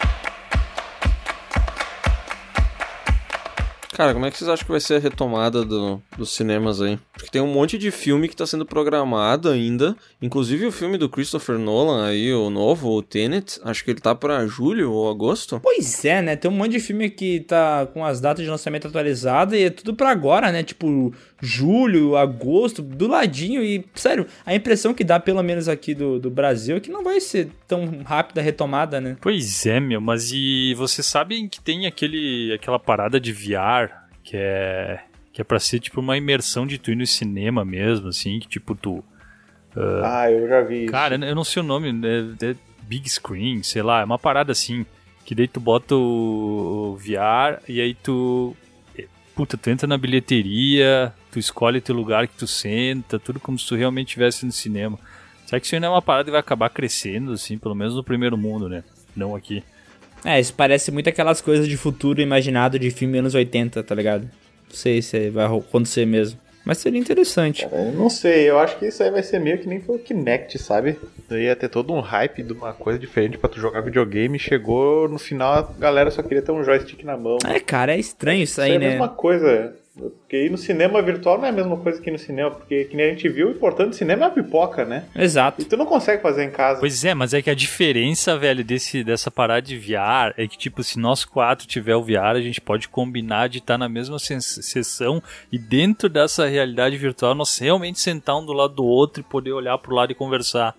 Cara, como é que vocês acham que vai ser a retomada do, dos cinemas aí? Porque tem um monte de filme que tá sendo programado ainda. Inclusive o filme do Christopher Nolan aí, o novo, o Tenet. Acho que ele tá pra julho ou agosto. Pois é, né? Tem um monte de filme que tá com as datas de lançamento atualizadas e é tudo pra agora, né? Tipo, julho, agosto, do ladinho. E, sério, a impressão que dá, pelo menos aqui do, do Brasil, é que não vai ser tão rápida a retomada, né? Pois é, meu. Mas e vocês sabem que tem aquele, aquela parada de V R... Que é, que é pra ser tipo uma imersão de tu ir no cinema mesmo, assim, que tipo tu... Uh, ah, eu já vi isso. Cara, eu não sei o nome, é, é Big Screen, sei lá, é uma parada assim, que daí tu bota o, o V R e aí tu... Puta, tu entra na bilheteria, tu escolhe teu lugar que tu senta, tudo como se tu realmente estivesse no cinema. Será que isso ainda é uma parada que vai acabar crescendo, assim, pelo menos no primeiro mundo, né? Não aqui. É, isso parece muito aquelas coisas de futuro imaginado de filme anos oitenta, tá ligado? Não sei se vai acontecer mesmo. Mas seria interessante. Cara, eu não sei, eu acho que isso aí vai ser meio que nem foi o Kinect, sabe? Ia ter todo um hype de uma coisa diferente pra tu jogar videogame. Chegou no final, a galera só queria ter um joystick na mão. É, cara, é estranho isso aí, isso né? É a mesma coisa. Porque ir no cinema virtual não é a mesma coisa que ir no cinema, porque, que nem a gente viu, o importante do cinema é a pipoca, né? Exato. E tu não consegue fazer em casa. Pois é, mas é que a diferença, velho, desse, dessa parada de V R é que, tipo, se nós quatro tiver o V R, a gente pode combinar de estar na mesma sessão e dentro dessa realidade virtual nós realmente sentar um do lado do outro e poder olhar pro lado e conversar.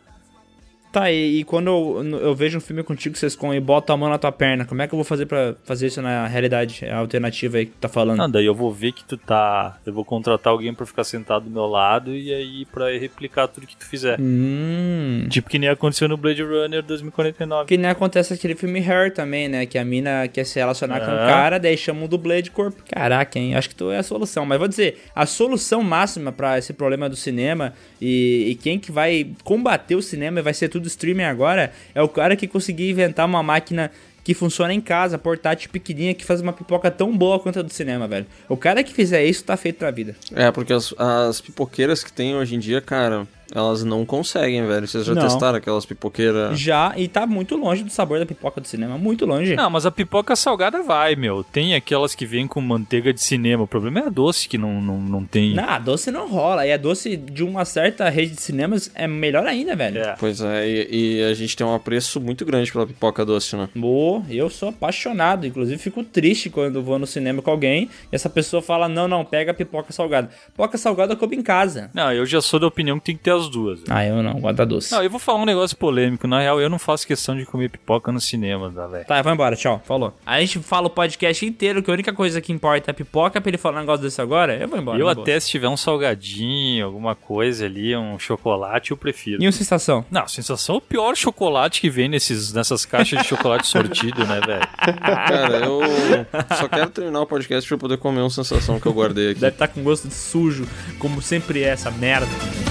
Tá, e, e quando eu, eu vejo um filme contigo, vocês com e botam a mão na tua perna, como é que eu vou fazer pra fazer isso na realidade a alternativa aí que tu tá falando? Não, daí eu vou ver que tu tá... Eu vou contratar alguém pra ficar sentado do meu lado e aí pra replicar tudo que tu fizer. Hum. Tipo que nem aconteceu no Blade Runner dois mil e quarenta e nove. Que nem acontece aquele filme Her também, né? Que a mina quer se relacionar é. com o cara, daí chama o dublê de corpo. Caraca, hein? Acho que tu é a solução. Mas vou dizer, a solução máxima pra esse problema do cinema e, e quem que vai combater o cinema e vai ser tudo do streaming agora, é o cara que conseguir inventar uma máquina que funciona em casa, portátil pequenininha, que faz uma pipoca tão boa quanto a do cinema, velho. O cara que fizer isso tá feito pra vida. É, porque as, as pipoqueiras que tem hoje em dia, cara, elas não conseguem, velho. Vocês já não. testaram aquelas pipoqueiras? Já, e tá muito longe do sabor da pipoca do cinema, muito longe. Não, mas a pipoca salgada vai, meu. Tem aquelas que vêm com manteiga de cinema. O problema é a doce que não, não, não tem. Não, a doce não rola. E a doce de uma certa rede de cinemas é melhor ainda, velho. É. Pois é, e, e a gente tem um apreço muito grande pela pipoca doce, né? Boa, eu sou apaixonado. Inclusive, fico triste quando vou no cinema com alguém e essa pessoa fala, não, não, pega a pipoca salgada. Pipoca salgada eu como em casa. Não, eu já sou da opinião que tem que ter as duas. Ah, eu não, gosto da doce. Não, eu vou falar um negócio polêmico. Na real, eu não faço questão de comer pipoca no cinema, tá, velho? Tá, vai embora, tchau. Falou. A gente fala o podcast inteiro que a única coisa que importa é a pipoca. Pra ele falar um negócio desse agora, eu vou embora. Eu até boa. Se tiver um salgadinho, alguma coisa ali, um chocolate, eu prefiro. E uma sensação? Não, sensação é o pior chocolate que vem nesses, nessas caixas de chocolate sortido, né, velho? Cara, eu só quero terminar o podcast pra eu poder comer uma sensação que eu guardei aqui. Deve estar com gosto de sujo, como sempre é essa merda.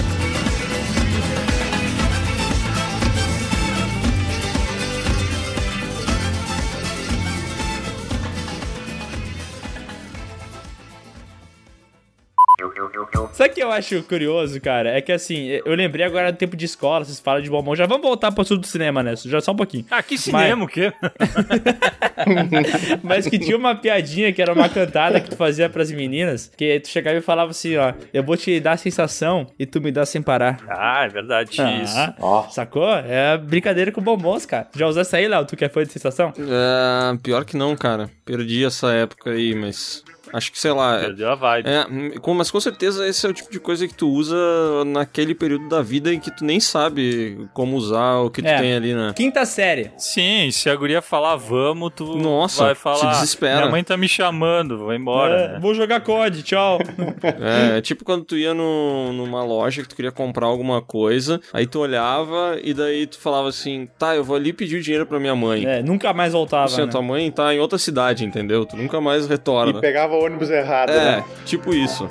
Sabe o que eu acho curioso, cara? É que assim, eu lembrei agora do tempo de escola, vocês falam de bombom. Já vamos voltar pro assunto do cinema, né? Já só um pouquinho. Ah, que cinema, Mas... o quê? Mas que tinha uma piadinha que era uma cantada que tu fazia pras meninas, que tu chegava e falava assim, ó, eu vou te dar a sensação e tu me dá sem parar. Ah, é verdade, ah, isso. Ó. Sacou? É brincadeira com bombons, cara. Já usou essa aí, Léo? Tu que é fã de sensação? É, pior que não, cara. Perdi essa época aí, mas... Acho que, sei lá... Perdeu a vibe. É, com, mas com certeza esse é o tipo de coisa que tu usa naquele período da vida em que tu nem sabe como usar o que tu é. tem ali, né? Quinta série. Sim, se a guria falar vamos, tu Nossa, vai falar... se desespera. Minha mãe tá me chamando, vai embora. É, né? Vou jogar C O D, tchau. É, é tipo quando tu ia no, numa loja que tu queria comprar alguma coisa, aí tu olhava e daí tu falava assim, tá, eu vou ali pedir o dinheiro pra minha mãe. É, nunca mais voltava, assim, né? Tua mãe tá em outra cidade, entendeu? Tu nunca mais retorna. E pegava o ônibus errado, é, né? Tipo isso.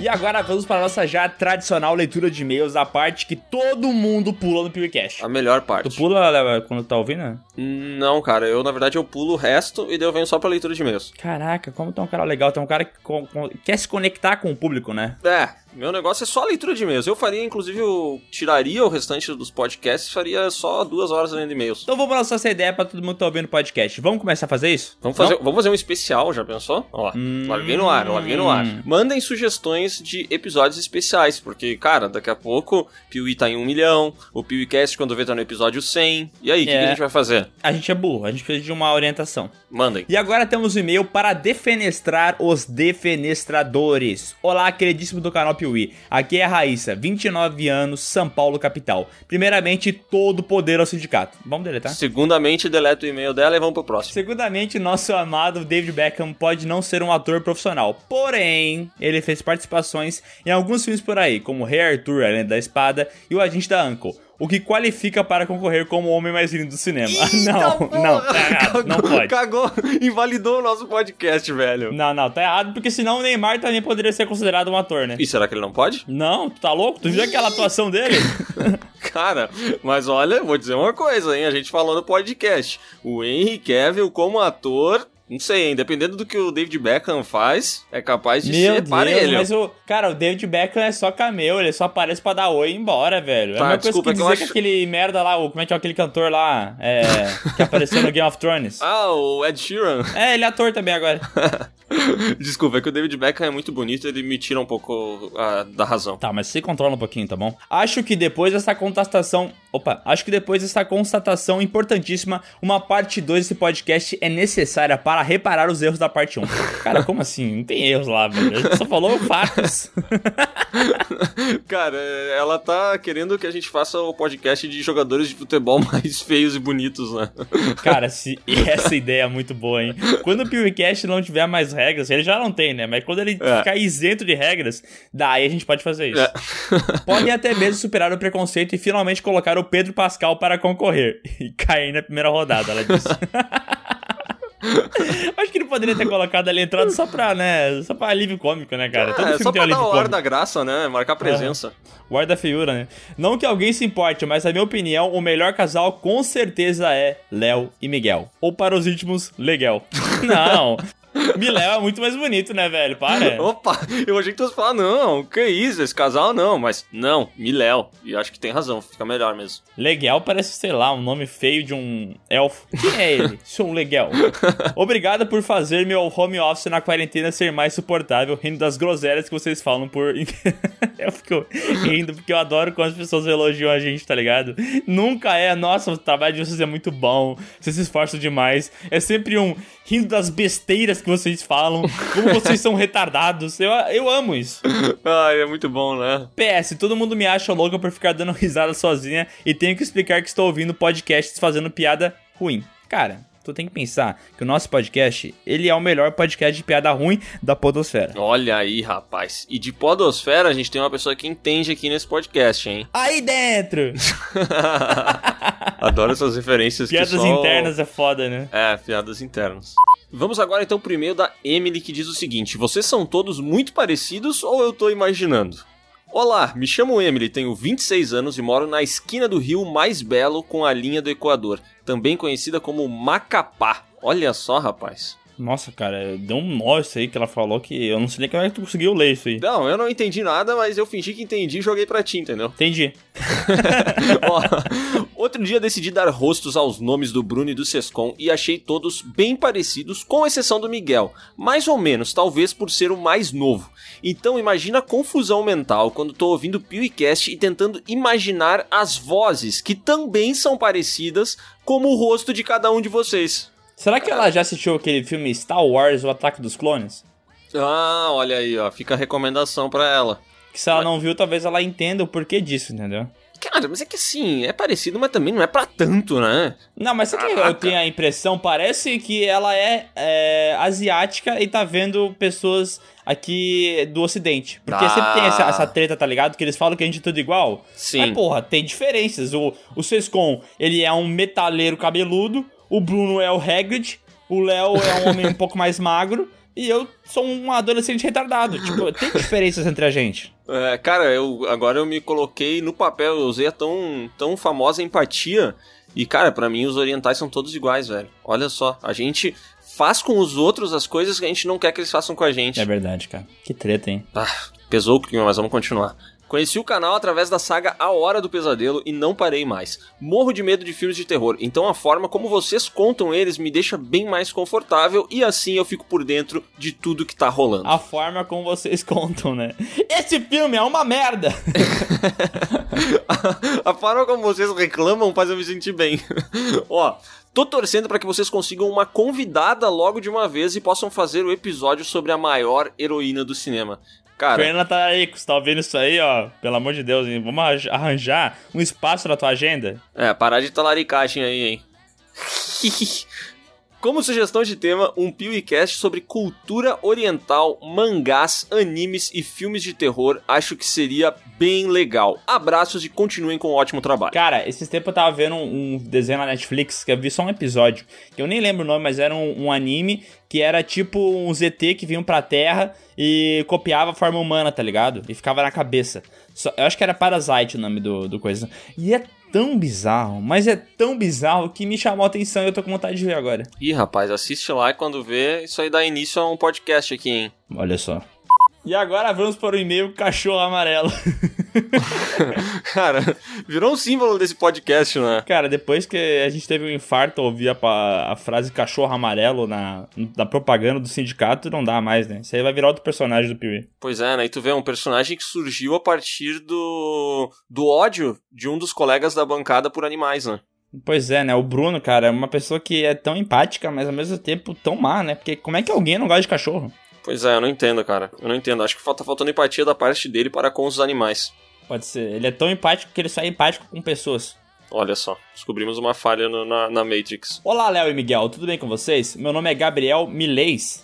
agora vamos para a nossa já tradicional leitura de e-mails, a parte que todo mundo pula no PewCast. A melhor parte. Tu pula, Léo, quando tá ouvindo? Não, cara, eu na verdade eu pulo o resto e daí eu venho só pra leitura de e-mails. Caraca, como tu é um cara legal, tu é um cara que com, com, quer se conectar com o público, né? É, meu negócio é só a leitura de e-mails. Eu faria, inclusive, eu tiraria o restante dos podcasts, faria só duas horas lendo e-mails. Então vamos lançar essa ideia pra todo mundo que tá ouvindo o podcast. Vamos começar a fazer isso? Vamos fazer, vamos fazer um especial, já pensou? Ó, hum... larguei no ar, larguei no ar. Mandem sugestões de episódios especiais, porque, cara, daqui a pouco o Piuí tá em um milhão, o PewCast quando vê tá no episódio cem. E aí, o é. que, que a gente vai fazer? A gente é burro, a gente precisa de uma orientação. Mandem. E agora temos um e-mail para defenestrar os defenestradores. Olá, queridíssimo do canal Piuí. Aqui é a Raíssa, vinte e nove anos, São Paulo, capital. Primeiramente, todo poder ao sindicato. Vamos deletar? Segundamente, deleta o e-mail dela e vamos pro próximo. Segundamente, nosso amado David Beckham pode não ser um ator profissional. Porém, ele fez participações em alguns filmes por aí, como Rei Arthur, A Lenda da Espada e O Agente da Uncle. O que qualifica para concorrer como o homem mais lindo do cinema. Eita, não, porra. não, tá errado, cagou, não pode. Cagou, invalidou o nosso podcast, velho. Não, não, tá errado, porque senão o Neymar também poderia ser considerado um ator, né? E será que ele não pode? Não, tu tá louco? Tu viu aquela atuação dele? Cara, mas olha, vou dizer uma coisa, hein? A gente falou no podcast. O Henry Cavill como ator... Não sei, hein? Dependendo do que o David Beckham faz, é capaz de Meu ser Deus, parelho. Mas o... Cara, o David Beckham é só cameo, ele só aparece pra dar oi e ir embora, velho. Tá, é a mesma coisa desculpa, que dizer que, eu que acho... aquele merda lá, o, como é que é aquele cantor lá, é, que apareceu no Game of Thrones. Ah, o Ed Sheeran. É, ele é ator também agora. Desculpa, é que o David Beckham é muito bonito, ele me tira um pouco uh, da razão. Tá, mas se controla um pouquinho, tá bom? Acho que depois dessa contestação... Opa, acho que depois dessa constatação importantíssima, uma parte dois desse podcast é necessária para reparar os erros da parte um. Cara, como assim? Não tem erros lá, velho. A gente só falou fatos. Cara, ela tá querendo que a gente faça o podcast de jogadores de futebol mais feios e bonitos, né? Cara, se... essa ideia é muito boa, hein? Quando o PewCast não tiver mais regras, ele já não tem, né? Mas quando ele é. ficar isento de regras, daí a gente pode fazer isso. É. Podem até mesmo superar o preconceito e finalmente colocar o Pedro Pascal para concorrer. E cair na primeira rodada, ela disse. Acho que ele poderia ter colocado ali entrado só pra, né? Só pra alívio cômico, né, cara? É, Todo filme só tem um pra dar o ar cômico. da graça, né? Marcar presença. É. O ar da feiura, né? Não que alguém se importe, mas na minha opinião, o melhor casal com certeza é Léo e Miguel. Ou para os íntimos, Leguel. Não... Miléo é muito mais bonito, né, velho? Para. Opa, eu achei que tu ia falar, não, que isso, esse casal não, mas não, Miléo. E acho que tem razão, fica melhor mesmo. Leguel parece, sei lá, um nome feio de um elfo. Quem é ele? Sou um Leguel. Obrigado por fazer meu home office na quarentena ser mais suportável, rindo das groselhas que vocês falam por... Eu fico rindo porque eu adoro quando as pessoas elogiam a gente, tá ligado? Nunca é, nossa, o trabalho de vocês é muito bom, vocês se esforçam demais. É sempre um rindo das besteiras que vocês falam, como vocês são retardados. Eu, eu amo isso. Ai, é muito bom, né? P S, todo mundo me acha louco por ficar dando risada sozinha e tenho que explicar que estou ouvindo podcasts fazendo piada ruim. Cara, tu tem que pensar que o nosso podcast, ele é o melhor podcast de piada ruim da podosfera. Olha aí, rapaz. E de podosfera, a gente tem uma pessoa que entende aqui nesse podcast, hein? Aí dentro! Adoro essas referências. Piadas que só... internas é foda, né? É, piadas internas. Vamos agora então pro e-mail da Emily, que diz o seguinte: vocês são todos muito parecidos ou eu tô imaginando? Olá, me chamo Emily, tenho vinte e seis anos e moro na esquina do rio mais belo com a linha do Equador, também conhecida como Macapá. Olha só, rapaz. Nossa, cara, deu um nó isso aí que ela falou que eu não sei nem como é que tu conseguiu ler isso aí. Não, eu não entendi nada, mas eu fingi que entendi e joguei pra ti, entendeu? Entendi. Ó, outro dia decidi dar rostos aos nomes do Bruno e do Sescon e achei todos bem parecidos, com exceção do Miguel. Mais ou menos, talvez por ser o mais novo. Então imagina a confusão mental quando tô ouvindo o PewCast e tentando imaginar as vozes, que também são parecidas, como o rosto de cada um de vocês. Será que ela já assistiu aquele filme Star Wars, O Ataque dos Clones? Ah, olha aí, ó. Fica a recomendação pra ela. Que se ela não viu, talvez ela entenda o porquê disso, entendeu? Cara, mas é que assim, é parecido, mas também não é pra tanto, né? Não, mas sabe que eu tenho a impressão? Parece que ela é, é asiática e tá vendo pessoas aqui do ocidente. Porque ah. sempre tem essa, essa treta, tá ligado? Que eles falam que a gente é tudo igual. Sim. Mas, porra, tem diferenças. O, o Sescon, ele é um metaleiro cabeludo. O Bruno é o Hagrid. O Léo é um homem um pouco mais magro. e eu sou um adolescente retardado. Tipo, tem diferenças entre a gente. É, cara, eu, agora eu me coloquei no papel, eu usei a tão, tão famosa empatia. E, cara, pra mim os orientais são todos iguais, velho. Olha só, a gente faz com os outros as coisas que a gente não quer que eles façam com a gente. É verdade, cara. Que treta, hein? Ah, pesou o clima, mas vamos continuar. Conheci o canal através da saga A Hora do Pesadelo e não parei mais. Morro de medo de filmes de terror, então a forma como vocês contam eles me deixa bem mais confortável e assim eu fico por dentro de tudo que tá rolando. A forma como vocês contam, né? Esse filme é uma merda! a, a forma como vocês reclamam faz eu me sentir bem. Ó... Tô torcendo pra que vocês consigam uma convidada logo de uma vez e possam fazer o episódio sobre a maior heroína do cinema. Cara... Fernanda Talarico, você tá ouvindo isso aí, ó? Pelo amor de Deus, hein? Vamos arranjar um espaço na tua agenda? É, parar de talaricagem aí, hein? Como sugestão de tema, um PewCast sobre cultura oriental, mangás, animes e filmes de terror, acho que seria bem legal. Abraços e continuem com um ótimo trabalho. Cara, esses tempos eu tava vendo um, um desenho na Netflix, que eu vi só um episódio, que eu nem lembro o nome, mas era um, um anime que era tipo um Z T que vinham pra Terra e copiava a forma humana, tá ligado? E ficava na cabeça. Só, eu acho que era Parasite o nome do, do coisa. E é tão bizarro, mas é tão bizarro que me chamou a atenção e eu tô com vontade de ver agora. Ih, rapaz, assiste lá e quando vê, isso aí dá início a um podcast aqui, hein? Olha só. E agora vamos para o e-mail Cachorro Amarelo. Cara, virou um símbolo desse podcast, né? Cara, depois que a gente teve um infarto, ouvir a, a frase Cachorro Amarelo na, na propaganda do sindicato, não dá mais, né? Isso aí vai virar outro personagem do Piuí. Pois é, né? E tu vê, um personagem que surgiu a partir do, do ódio de um dos colegas da bancada por animais, né? Pois é, né? O Bruno, cara, é uma pessoa que é tão empática, mas ao mesmo tempo tão má, né? Porque como é que alguém não gosta de cachorro? Pois é, eu não entendo, cara. Eu não entendo. Acho que tá faltando empatia da parte dele para com os animais. Pode ser. Ele é tão empático que ele só é empático com pessoas. Olha só, descobrimos uma falha no, na, na Matrix. Olá, Léo e Miguel, tudo bem com vocês? Meu nome é Gabriel Milês.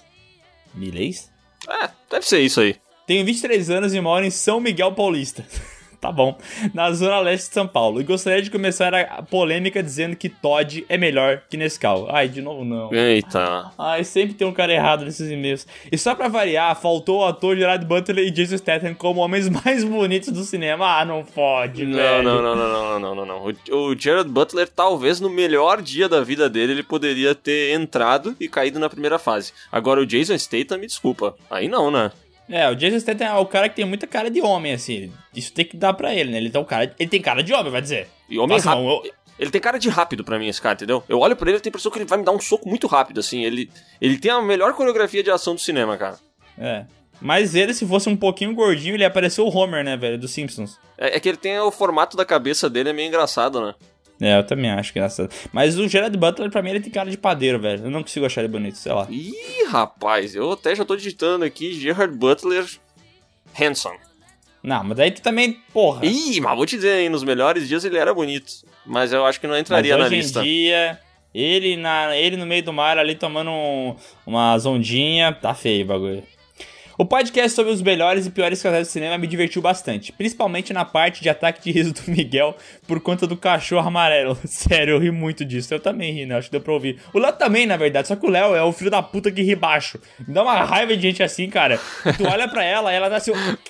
Milês? É, deve ser isso aí. Tenho vinte e três anos e moro em São Miguel Paulista. Tá bom, na zona leste de São Paulo. E gostaria de começar a polêmica dizendo que Todd é melhor que Nescau. Ai, de novo não. Eita. Ai, sempre tem um cara errado nesses e-mails. E só pra variar, faltou o ator Gerard Butler e Jason Statham como homens mais bonitos do cinema. Ah, não pode, não, velho. Não, não, não, não, não, não, não. O, o Gerard Butler, talvez no melhor dia da vida dele, ele poderia ter entrado e caído na primeira fase. Agora o Jason Statham, me desculpa. Aí não, né? É, o Jason Statham é o cara que tem muita cara de homem, assim. Isso tem que dar pra ele, né? Ele tem, um cara, ele tem cara de homem, vai dizer. E homem Nossa, rápido. Não, eu... Ele tem cara de rápido pra mim, esse cara, entendeu? Eu olho pra ele e tenho a impressão que ele vai me dar um soco muito rápido, assim. Ele, ele tem a melhor coreografia de ação do cinema, cara. É. Mas ele, se fosse um pouquinho gordinho, ele ia parecer o Homer, né, velho? Dos Simpsons. É, é que ele tem o formato da cabeça dele, é meio engraçado, né? É, eu também acho engraçado. Mas o Gerard Butler, pra mim, ele tem cara de padeiro, velho. Eu não consigo achar ele bonito, sei lá. Ih, rapaz, eu até já tô digitando aqui Gerard Butler... Handsome. Não, mas daí tu também, porra. Ih, mas vou te dizer, hein, nos melhores dias ele era bonito. Mas eu acho que não entraria na lista. Hoje em dia, ele, na, ele no meio do mar ali tomando um, uma ondinha, tá feio o bagulho. O podcast sobre os melhores e piores casais do cinema me divertiu bastante. Principalmente na parte de ataque de riso do Miguel por conta do cachorro amarelo. Sério, eu ri muito disso. Eu também ri, né? Acho que deu pra ouvir. O Léo também, na verdade. Só que o Léo é o filho da puta que ri baixo. Me dá uma raiva de gente assim, cara. Tu olha pra ela e ela dá assim...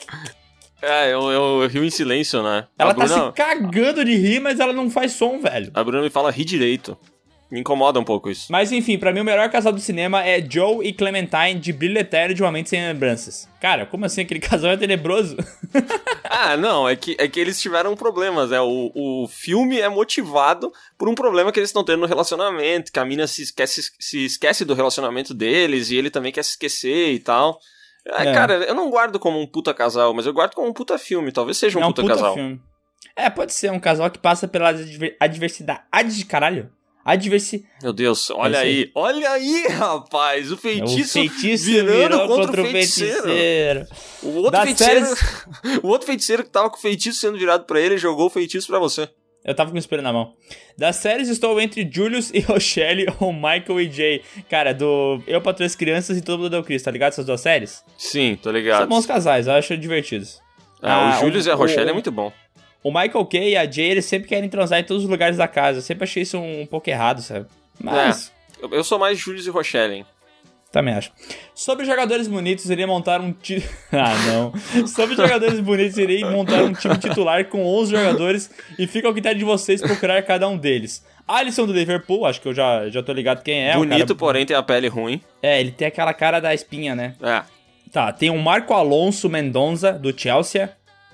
É, eu, eu, eu rio em silêncio, né? Ela a tá Bruna... se cagando de rir, mas ela não faz som, velho. A Bruna me fala ri direito. Me incomoda um pouco isso. Mas enfim, pra mim o melhor casal do cinema é Joe e Clementine de Brilho Eterno de Uma Mente Sem Lembranças. Cara, como assim? Aquele casal é tenebroso? Ah, não, é que, é que eles tiveram problemas, né? O, o filme é motivado por um problema que eles estão tendo no relacionamento, que a mina se esquece, se esquece do relacionamento deles e ele também quer se esquecer e tal. É. Cara, eu não guardo como um puta casal, mas eu guardo como um puta filme. Talvez seja um, é um puta, puta casal. Filme. É, pode ser um casal que passa pela adversidade. Ad, caralho? Adversi... Meu Deus, olha aí. Olha aí, rapaz. O feitiço, o feitiço virando virou contra, contra o feiticeiro. feiticeiro. O outro das feiticeiro, séries... o outro feiticeiro que tava com o feitiço sendo virado pra ele, jogou o feitiço pra você. Eu tava com o espelho na mão. Das séries estou entre Julius e Rochelle ou Michael e Jay. Cara, do Eu Patroa as Crianças e Todo Mundo Deu Cris, tá ligado? Essas duas séries? Sim, tô ligado. São bons casais, eu acho divertidos. Ah, ah, o Julius o, e a Rochelle o... é muito bom. O Michael Kay e a Jay, eles sempre querem transar em todos os lugares da casa. Eu sempre achei isso um, um pouco errado, sabe? Mas... É, eu sou mais Julius e Rochelle, hein? Também acho. Sobre jogadores bonitos, irei montar um time... ah, não. Sobre jogadores bonitos, irei montar um time titular com onze jogadores e fica ao critério de vocês procurar cada um deles. Alisson do Liverpool, acho que eu já, já tô ligado quem é. Bonito, cara... porém tem a pele ruim. É, ele tem aquela cara da espinha, né? É. Tá, tem o Marco Alonso Mendonça, do Chelsea.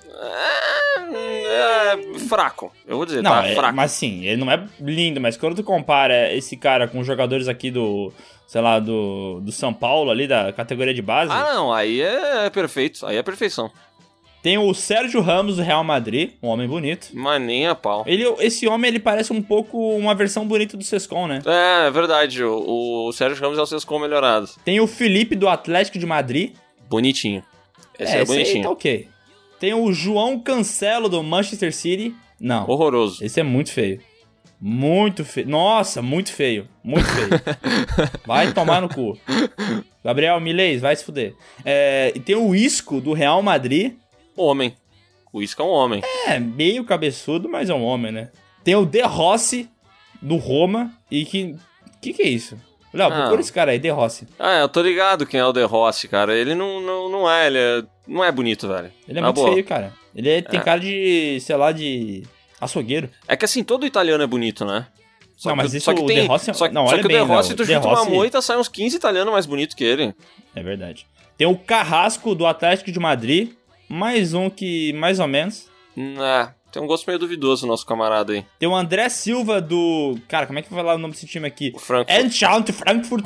É, é fraco, eu vou dizer, não, tá é, fraco. Mas sim, ele não é lindo, mas quando tu compara esse cara com os jogadores aqui do, sei lá, do, do São Paulo ali, da categoria de base... Ah, não, aí é perfeito, aí é perfeição. Tem o Sérgio Ramos do Real Madrid, um homem bonito. Mas nem a pau. Ele, esse homem, ele parece um pouco uma versão bonita do Sescon, né? É, é verdade, o, o Sérgio Ramos é o Sescon melhorado. Tem o Felipe do Atlético de Madrid. Bonitinho. Esse é, é esse bonitinho. Aí tá ok. Tem o João Cancelo do Manchester City. Não. Horroroso. Esse é muito feio. Muito feio. Nossa, muito feio. Muito feio. Vai tomar no cu. Gabriel Milei, vai se fuder. É, e tem o Isco do Real Madrid. Homem. O Isco é um homem. É, meio cabeçudo, mas é um homem, né? Tem o De Rossi do Roma. E que... Que que é isso? Léo, ah. procura esse cara aí, De Rossi. Ah, eu tô ligado quem é o De Rossi, cara. Ele não, não, não é, ele é, não é bonito, velho. Ele é Na muito boa. feio, cara. Ele é, tem é. cara de, sei lá, de açougueiro. É que assim, todo italiano é bonito, né? Só não, que, mas isso só que o tem, De Rossi... Só, não, só olha que bem, o De Rossi, não, tu De junta Rossi... uma moita, sai uns quinze italianos mais bonitos que ele. É verdade. Tem o Carrasco do Atlético de Madrid. Mais um que, mais ou menos. É, tem um gosto meio duvidoso o nosso camarada aí. Tem o André Silva do... Cara, como é que vai falar o nome desse time aqui? O Frankfurt. Eintracht Frankfurt.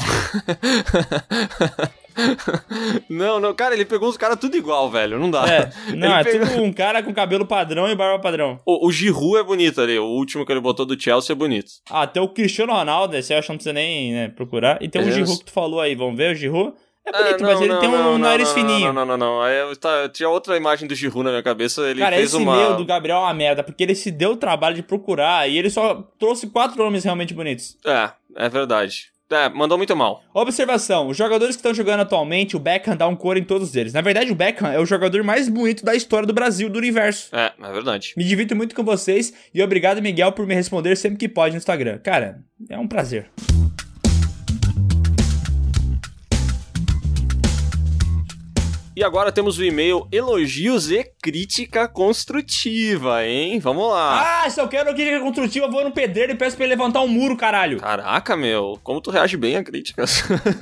Não, não, cara, ele pegou os caras tudo igual, velho, não dá. É, não, ele é pegou... tudo um cara com cabelo padrão e barba padrão. O, o Giroud é bonito ali, o último que ele botou do Chelsea é bonito. Ah, tem o Cristiano Ronaldo, esse eu acho que não precisa nem né, procurar. E tem o é Giroud que tu falou aí, vamos ver o Giroud? É bonito, ah, não, mas ele não, tem um não, nariz não, fininho. Não, não, não, não, Aí eu, tá, eu tinha outra imagem do Giroud na minha cabeça, ele cara, fez esse uma... Cara, esse meu do Gabriel é uma merda, porque ele se deu o trabalho de procurar e ele só trouxe quatro nomes realmente bonitos. É, é verdade. É, mandou muito mal. Observação, os jogadores que estão jogando atualmente, o Beckham dá um cor em todos eles. Na verdade, o Beckham é o jogador mais bonito da história do Brasil, do universo. É, é verdade. Me divirto muito com vocês e obrigado, Miguel, por me responder sempre que pode no Instagram. Cara, é um prazer. E agora temos o e-mail elogios e crítica construtiva, hein? Vamos lá. Ah, se eu quero crítica construtiva, eu vou no pedreiro e peço pra ele levantar um muro, caralho. Caraca, meu. Como tu reage bem a críticas.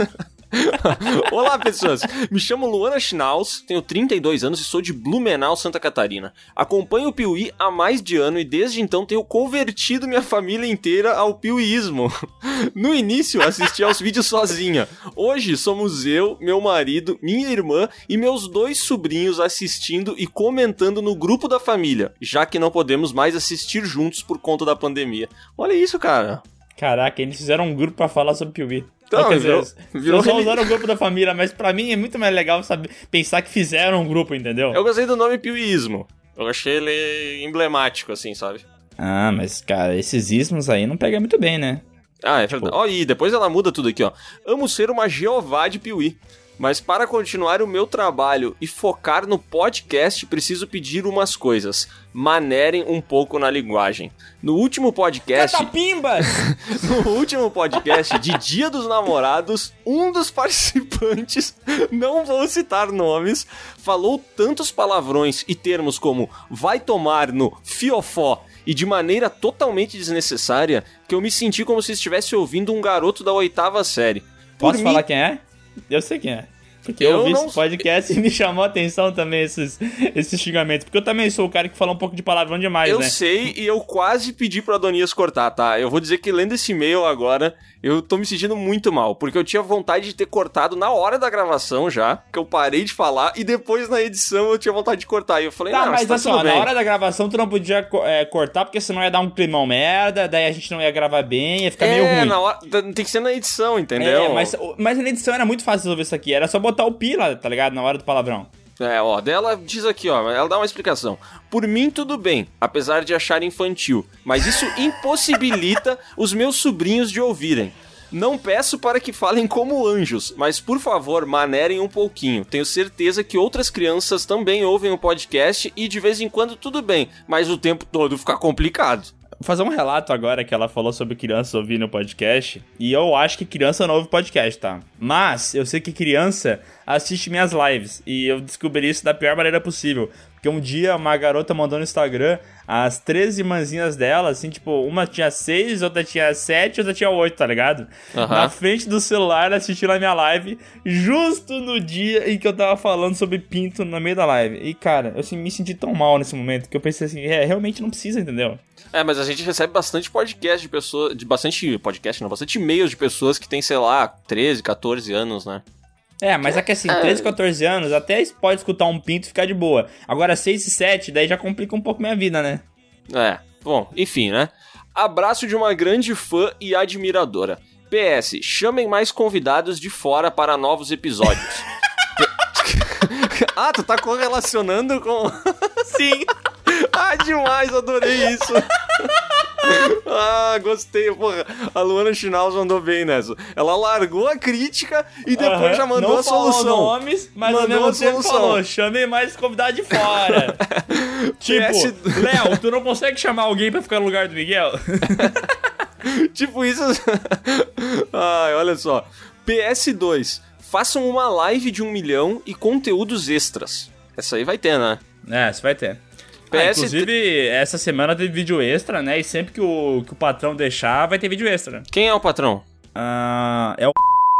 Olá, pessoas. Me chamo Luana Schnauz, tenho trinta e dois anos e sou de Blumenau, Santa Catarina. Acompanho o Piuí há mais de ano e desde então tenho convertido minha família inteira ao piuísmo. No início, assisti aos vídeos sozinha. Hoje somos eu, meu marido, minha irmã e meus dois sobrinhos assistindo e comentando no grupo da família, já que não podemos mais assistir juntos por conta da pandemia. Olha isso, cara. Caraca, eles fizeram um grupo pra falar sobre Piuí. Então, quer virou, dizer, virou só usaram o grupo da família, mas pra mim é muito mais legal saber, pensar que fizeram um grupo, entendeu? Eu gostei do nome piuísmo. Eu achei ele emblemático, assim, sabe? Ah, mas, cara, esses ismos aí não pega muito bem, né? Ah, é verdade. Ó, e depois ela muda tudo aqui, ó. Amo ser uma Jeová de Piuí. Mas para continuar o meu trabalho e focar no podcast, preciso pedir umas coisas. Manerem um pouco na linguagem. No último podcast... Catapimbas! No último podcast de Dia dos Namorados, um dos participantes, não vou citar nomes, falou tantos palavrões e termos como vai tomar no fiofó e de maneira totalmente desnecessária que eu me senti como se estivesse ouvindo um garoto da oitava série. Por Posso mim... falar quem é? Eu sei quem é. Porque eu, eu ouvi não... esse podcast e me chamou a atenção também esses, esses xingamentos. Porque eu também sou o cara que fala um pouco de palavrão demais, eu né? Eu sei e eu quase pedi pro Adonias cortar, tá? Eu vou dizer que lendo esse e-mail agora, eu tô me sentindo muito mal. Porque eu tinha vontade de ter cortado na hora da gravação já, que eu parei de falar, e depois na edição eu tinha vontade de cortar. E eu falei, tá, não, mas tá assim, tudo ó, bem. Na hora da gravação tu não podia é, cortar, porque senão ia dar um climão merda, daí a gente não ia gravar bem, ia ficar é, meio ruim. É, na hora, tem que ser na edição, entendeu? É, mas, mas na edição era muito fácil resolver isso aqui, era só botar o pi lá, tá ligado? Na hora do palavrão. É, ó, dela diz aqui, ó, ela dá uma explicação. Por mim, tudo bem, apesar de achar infantil, mas isso impossibilita os meus sobrinhos de ouvirem. Não peço para que falem como anjos, mas por favor, manerem um pouquinho. Tenho certeza que outras crianças também ouvem o podcast e de vez em quando tudo bem, mas o tempo todo fica complicado. fazer um relato agora que ela falou sobre crianças ouvindo o podcast. E eu acho que criança não ouve podcast, tá? Mas eu sei que criança assiste minhas lives. E eu descobri isso da pior maneira possível. Porque um dia uma garota mandou no Instagram as três irmãzinhas dela, assim, tipo, uma tinha seis, outra tinha sete, outra tinha oito, tá ligado? Uhum. Na frente do celular, assistindo a minha live, justo no dia em que eu tava falando sobre pinto no meio da live. E, cara, eu assim, me senti tão mal nesse momento que eu pensei assim, é, realmente não precisa, entendeu? É, mas a gente recebe bastante podcast de pessoas, de bastante podcast, não, bastante e-mails de pessoas que têm, sei lá, treze, catorze anos, né? É, mas é que assim, treze, catorze anos, até pode escutar um pinto e ficar de boa. Agora seis e sete, daí já complica um pouco minha vida, né? É, bom, enfim, né? Abraço de uma grande fã e admiradora. P S, chamem mais convidados de fora para novos episódios. Ah, tu tá correlacionando com... Sim. Ah, demais, adorei isso. Ah, gostei, porra. A Luana Schnauz mandou bem nessa. Ela largou a crítica e depois uhum. já mandou não a solução. Não falou nomes, mas mandou ao mesmo tempo falou, chamei mais convidado de fora. Tipo, P S... Léo, tu não consegue chamar alguém pra ficar no lugar do Miguel? Tipo isso. Ai, olha só. P S dois. Façam uma live de um milhão e conteúdos extras. Essa aí vai ter, né? É, essa vai ter. Ah, inclusive, essa semana teve vídeo extra, né? E sempre que o, que o patrão deixar, vai ter vídeo extra. Quem é o patrão? Ah, é o...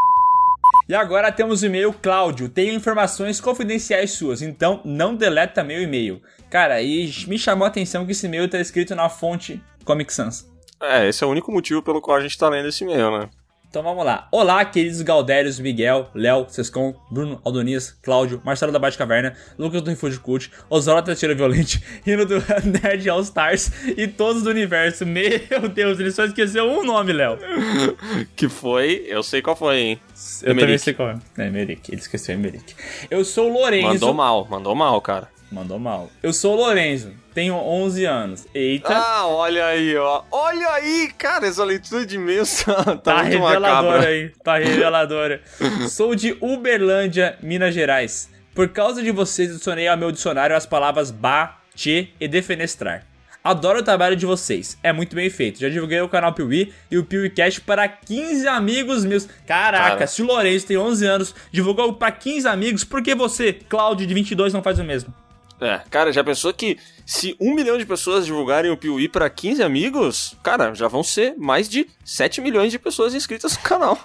E agora temos o e-mail Cláudio. Tenho informações confidenciais suas, então não deleta meu e-mail. Cara, e me chamou a atenção que esse e-mail tá escrito na fonte Comic Sans. É, esse é o único motivo pelo qual a gente tá lendo esse e-mail, né? Então vamos lá. Olá, queridos Galdérios, Miguel, Léo, Sescon, Bruno, Aldonias, Cláudio, Marcelo da Batcaverna, Lucas do Refúgio Cult, Oswaldo da Tira Violente, Rino do Nerd All Stars e todos do universo. Meu Deus, ele só esqueceu um nome, Léo. Que foi? Eu sei qual foi, hein? Eu Emerick. Também sei qual é. É, Emerick. Ele esqueceu Emerick. Eu sou o Lorenzo. Mandou mal, mandou mal, cara. Mandou mal. Eu sou o Lorenzo, tenho onze anos. Eita. Ah, olha aí, ó. Olha aí, cara, essa leitura de e-mail tá, tá, tá muito reveladora macabra. aí. Tá reveladora. Sou de Uberlândia, Minas Gerais. Por causa de vocês, adicionei ao meu dicionário as palavras ba, che e defenestrar. Adoro o trabalho de vocês, é muito bem feito. Já divulguei o canal Piuí e o PeeWeeCast para quinze amigos meus. Caraca, cara. Se o Lourenço tem onze anos, divulgou para quinze amigos, por que você, Cláudio, de vinte e dois, não faz o mesmo? É, cara, já pensou que se um milhão de pessoas divulgarem o Piuí para quinze amigos, cara, já vão ser mais de sete milhões de pessoas inscritas no canal.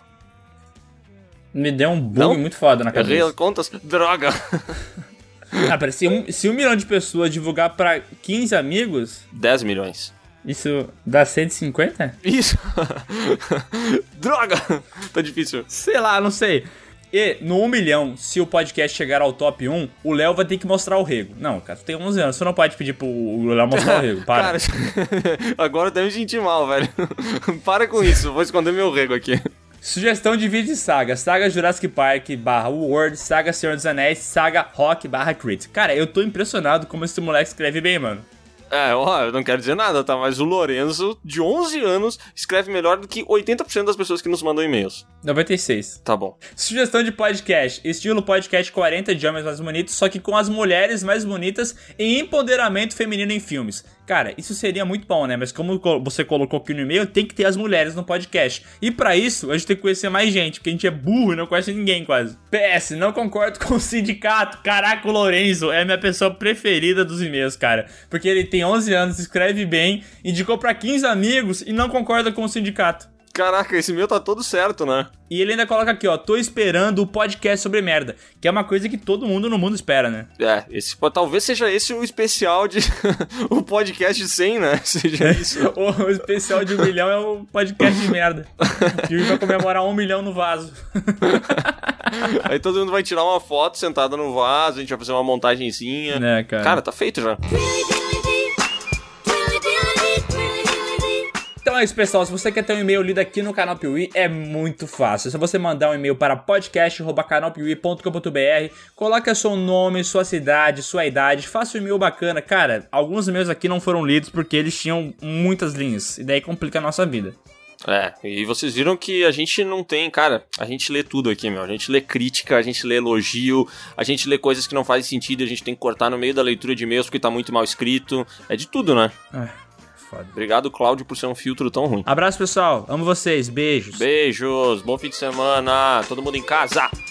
Me deu um bug não? muito foda na cabeça. Errei as contas, droga. Ah, pera, se um, se um milhão de pessoas divulgar para quinze amigos... dez milhões. Isso dá cento e cinquenta? Isso. Droga, tá difícil. Sei lá, não sei. E no um milhão, se o podcast chegar ao top um, o Léo vai ter que mostrar o rego. Não, cara, tu tem onze anos, você não pode pedir pro Léo mostrar o rego, para. Cara, agora eu até me senti mal, velho. Para com isso, vou esconder meu rego aqui. Sugestão de vídeo de saga. Saga Jurassic Park barra World, Saga Senhor dos Anéis, Saga Rock barra Crit. Cara, eu tô impressionado como esse moleque escreve bem, mano. É, ó, eu não quero dizer nada, tá? Mas o Lorenzo, de onze anos, escreve melhor do que oitenta por cento das pessoas que nos mandam e-mails. noventa e seis. Tá bom. Sugestão de podcast. Estilo podcast quarenta de homens mais bonitos, só que com as mulheres mais bonitas e empoderamento feminino em filmes. Cara, isso seria muito bom, né? Mas como você colocou aqui no e-mail, tem que ter as mulheres no podcast. E pra isso, a gente tem que conhecer mais gente, porque a gente é burro e não conhece ninguém quase. P S, não concordo com o sindicato. Caraca, o Lorenzo é a minha pessoa preferida dos e-mails, cara. Porque ele tem onze anos, escreve bem, indicou pra quinze amigos e não concorda com o sindicato. Caraca, esse meu tá todo certo, né? E ele ainda coloca aqui, ó, tô esperando o podcast sobre merda, que é uma coisa que todo mundo no mundo espera, né? É, esse, talvez seja esse o especial de... o podcast cem, né? Seja isso. o, o especial de um milhão é o podcast de merda. Que vai comemorar um milhão no vaso. Aí todo mundo vai tirar uma foto sentada no vaso, a gente vai fazer uma montagenzinha. É, cara. Cara, tá feito já. Então é isso, pessoal. Se você quer ter um e-mail lido aqui no canal Piuí, é muito fácil. É só você mandar um e-mail para podcast arroba canal piuí ponto com ponto b r, coloque seu nome, sua cidade, sua idade, faça um e-mail bacana. Cara, alguns e-mails aqui não foram lidos porque eles tinham muitas linhas, e daí complica a nossa vida. É, e vocês viram que a gente não tem, cara, a gente lê tudo aqui, meu. A gente lê crítica, a gente lê elogio, a gente lê coisas que não fazem sentido e a gente tem que cortar no meio da leitura de e-mails porque tá muito mal escrito. É de tudo, né? É. foda. Obrigado, Cláudio, por ser um filtro tão ruim. Abraço, pessoal. Amo vocês. Beijos. Beijos. Bom fim de semana. Todo mundo em casa.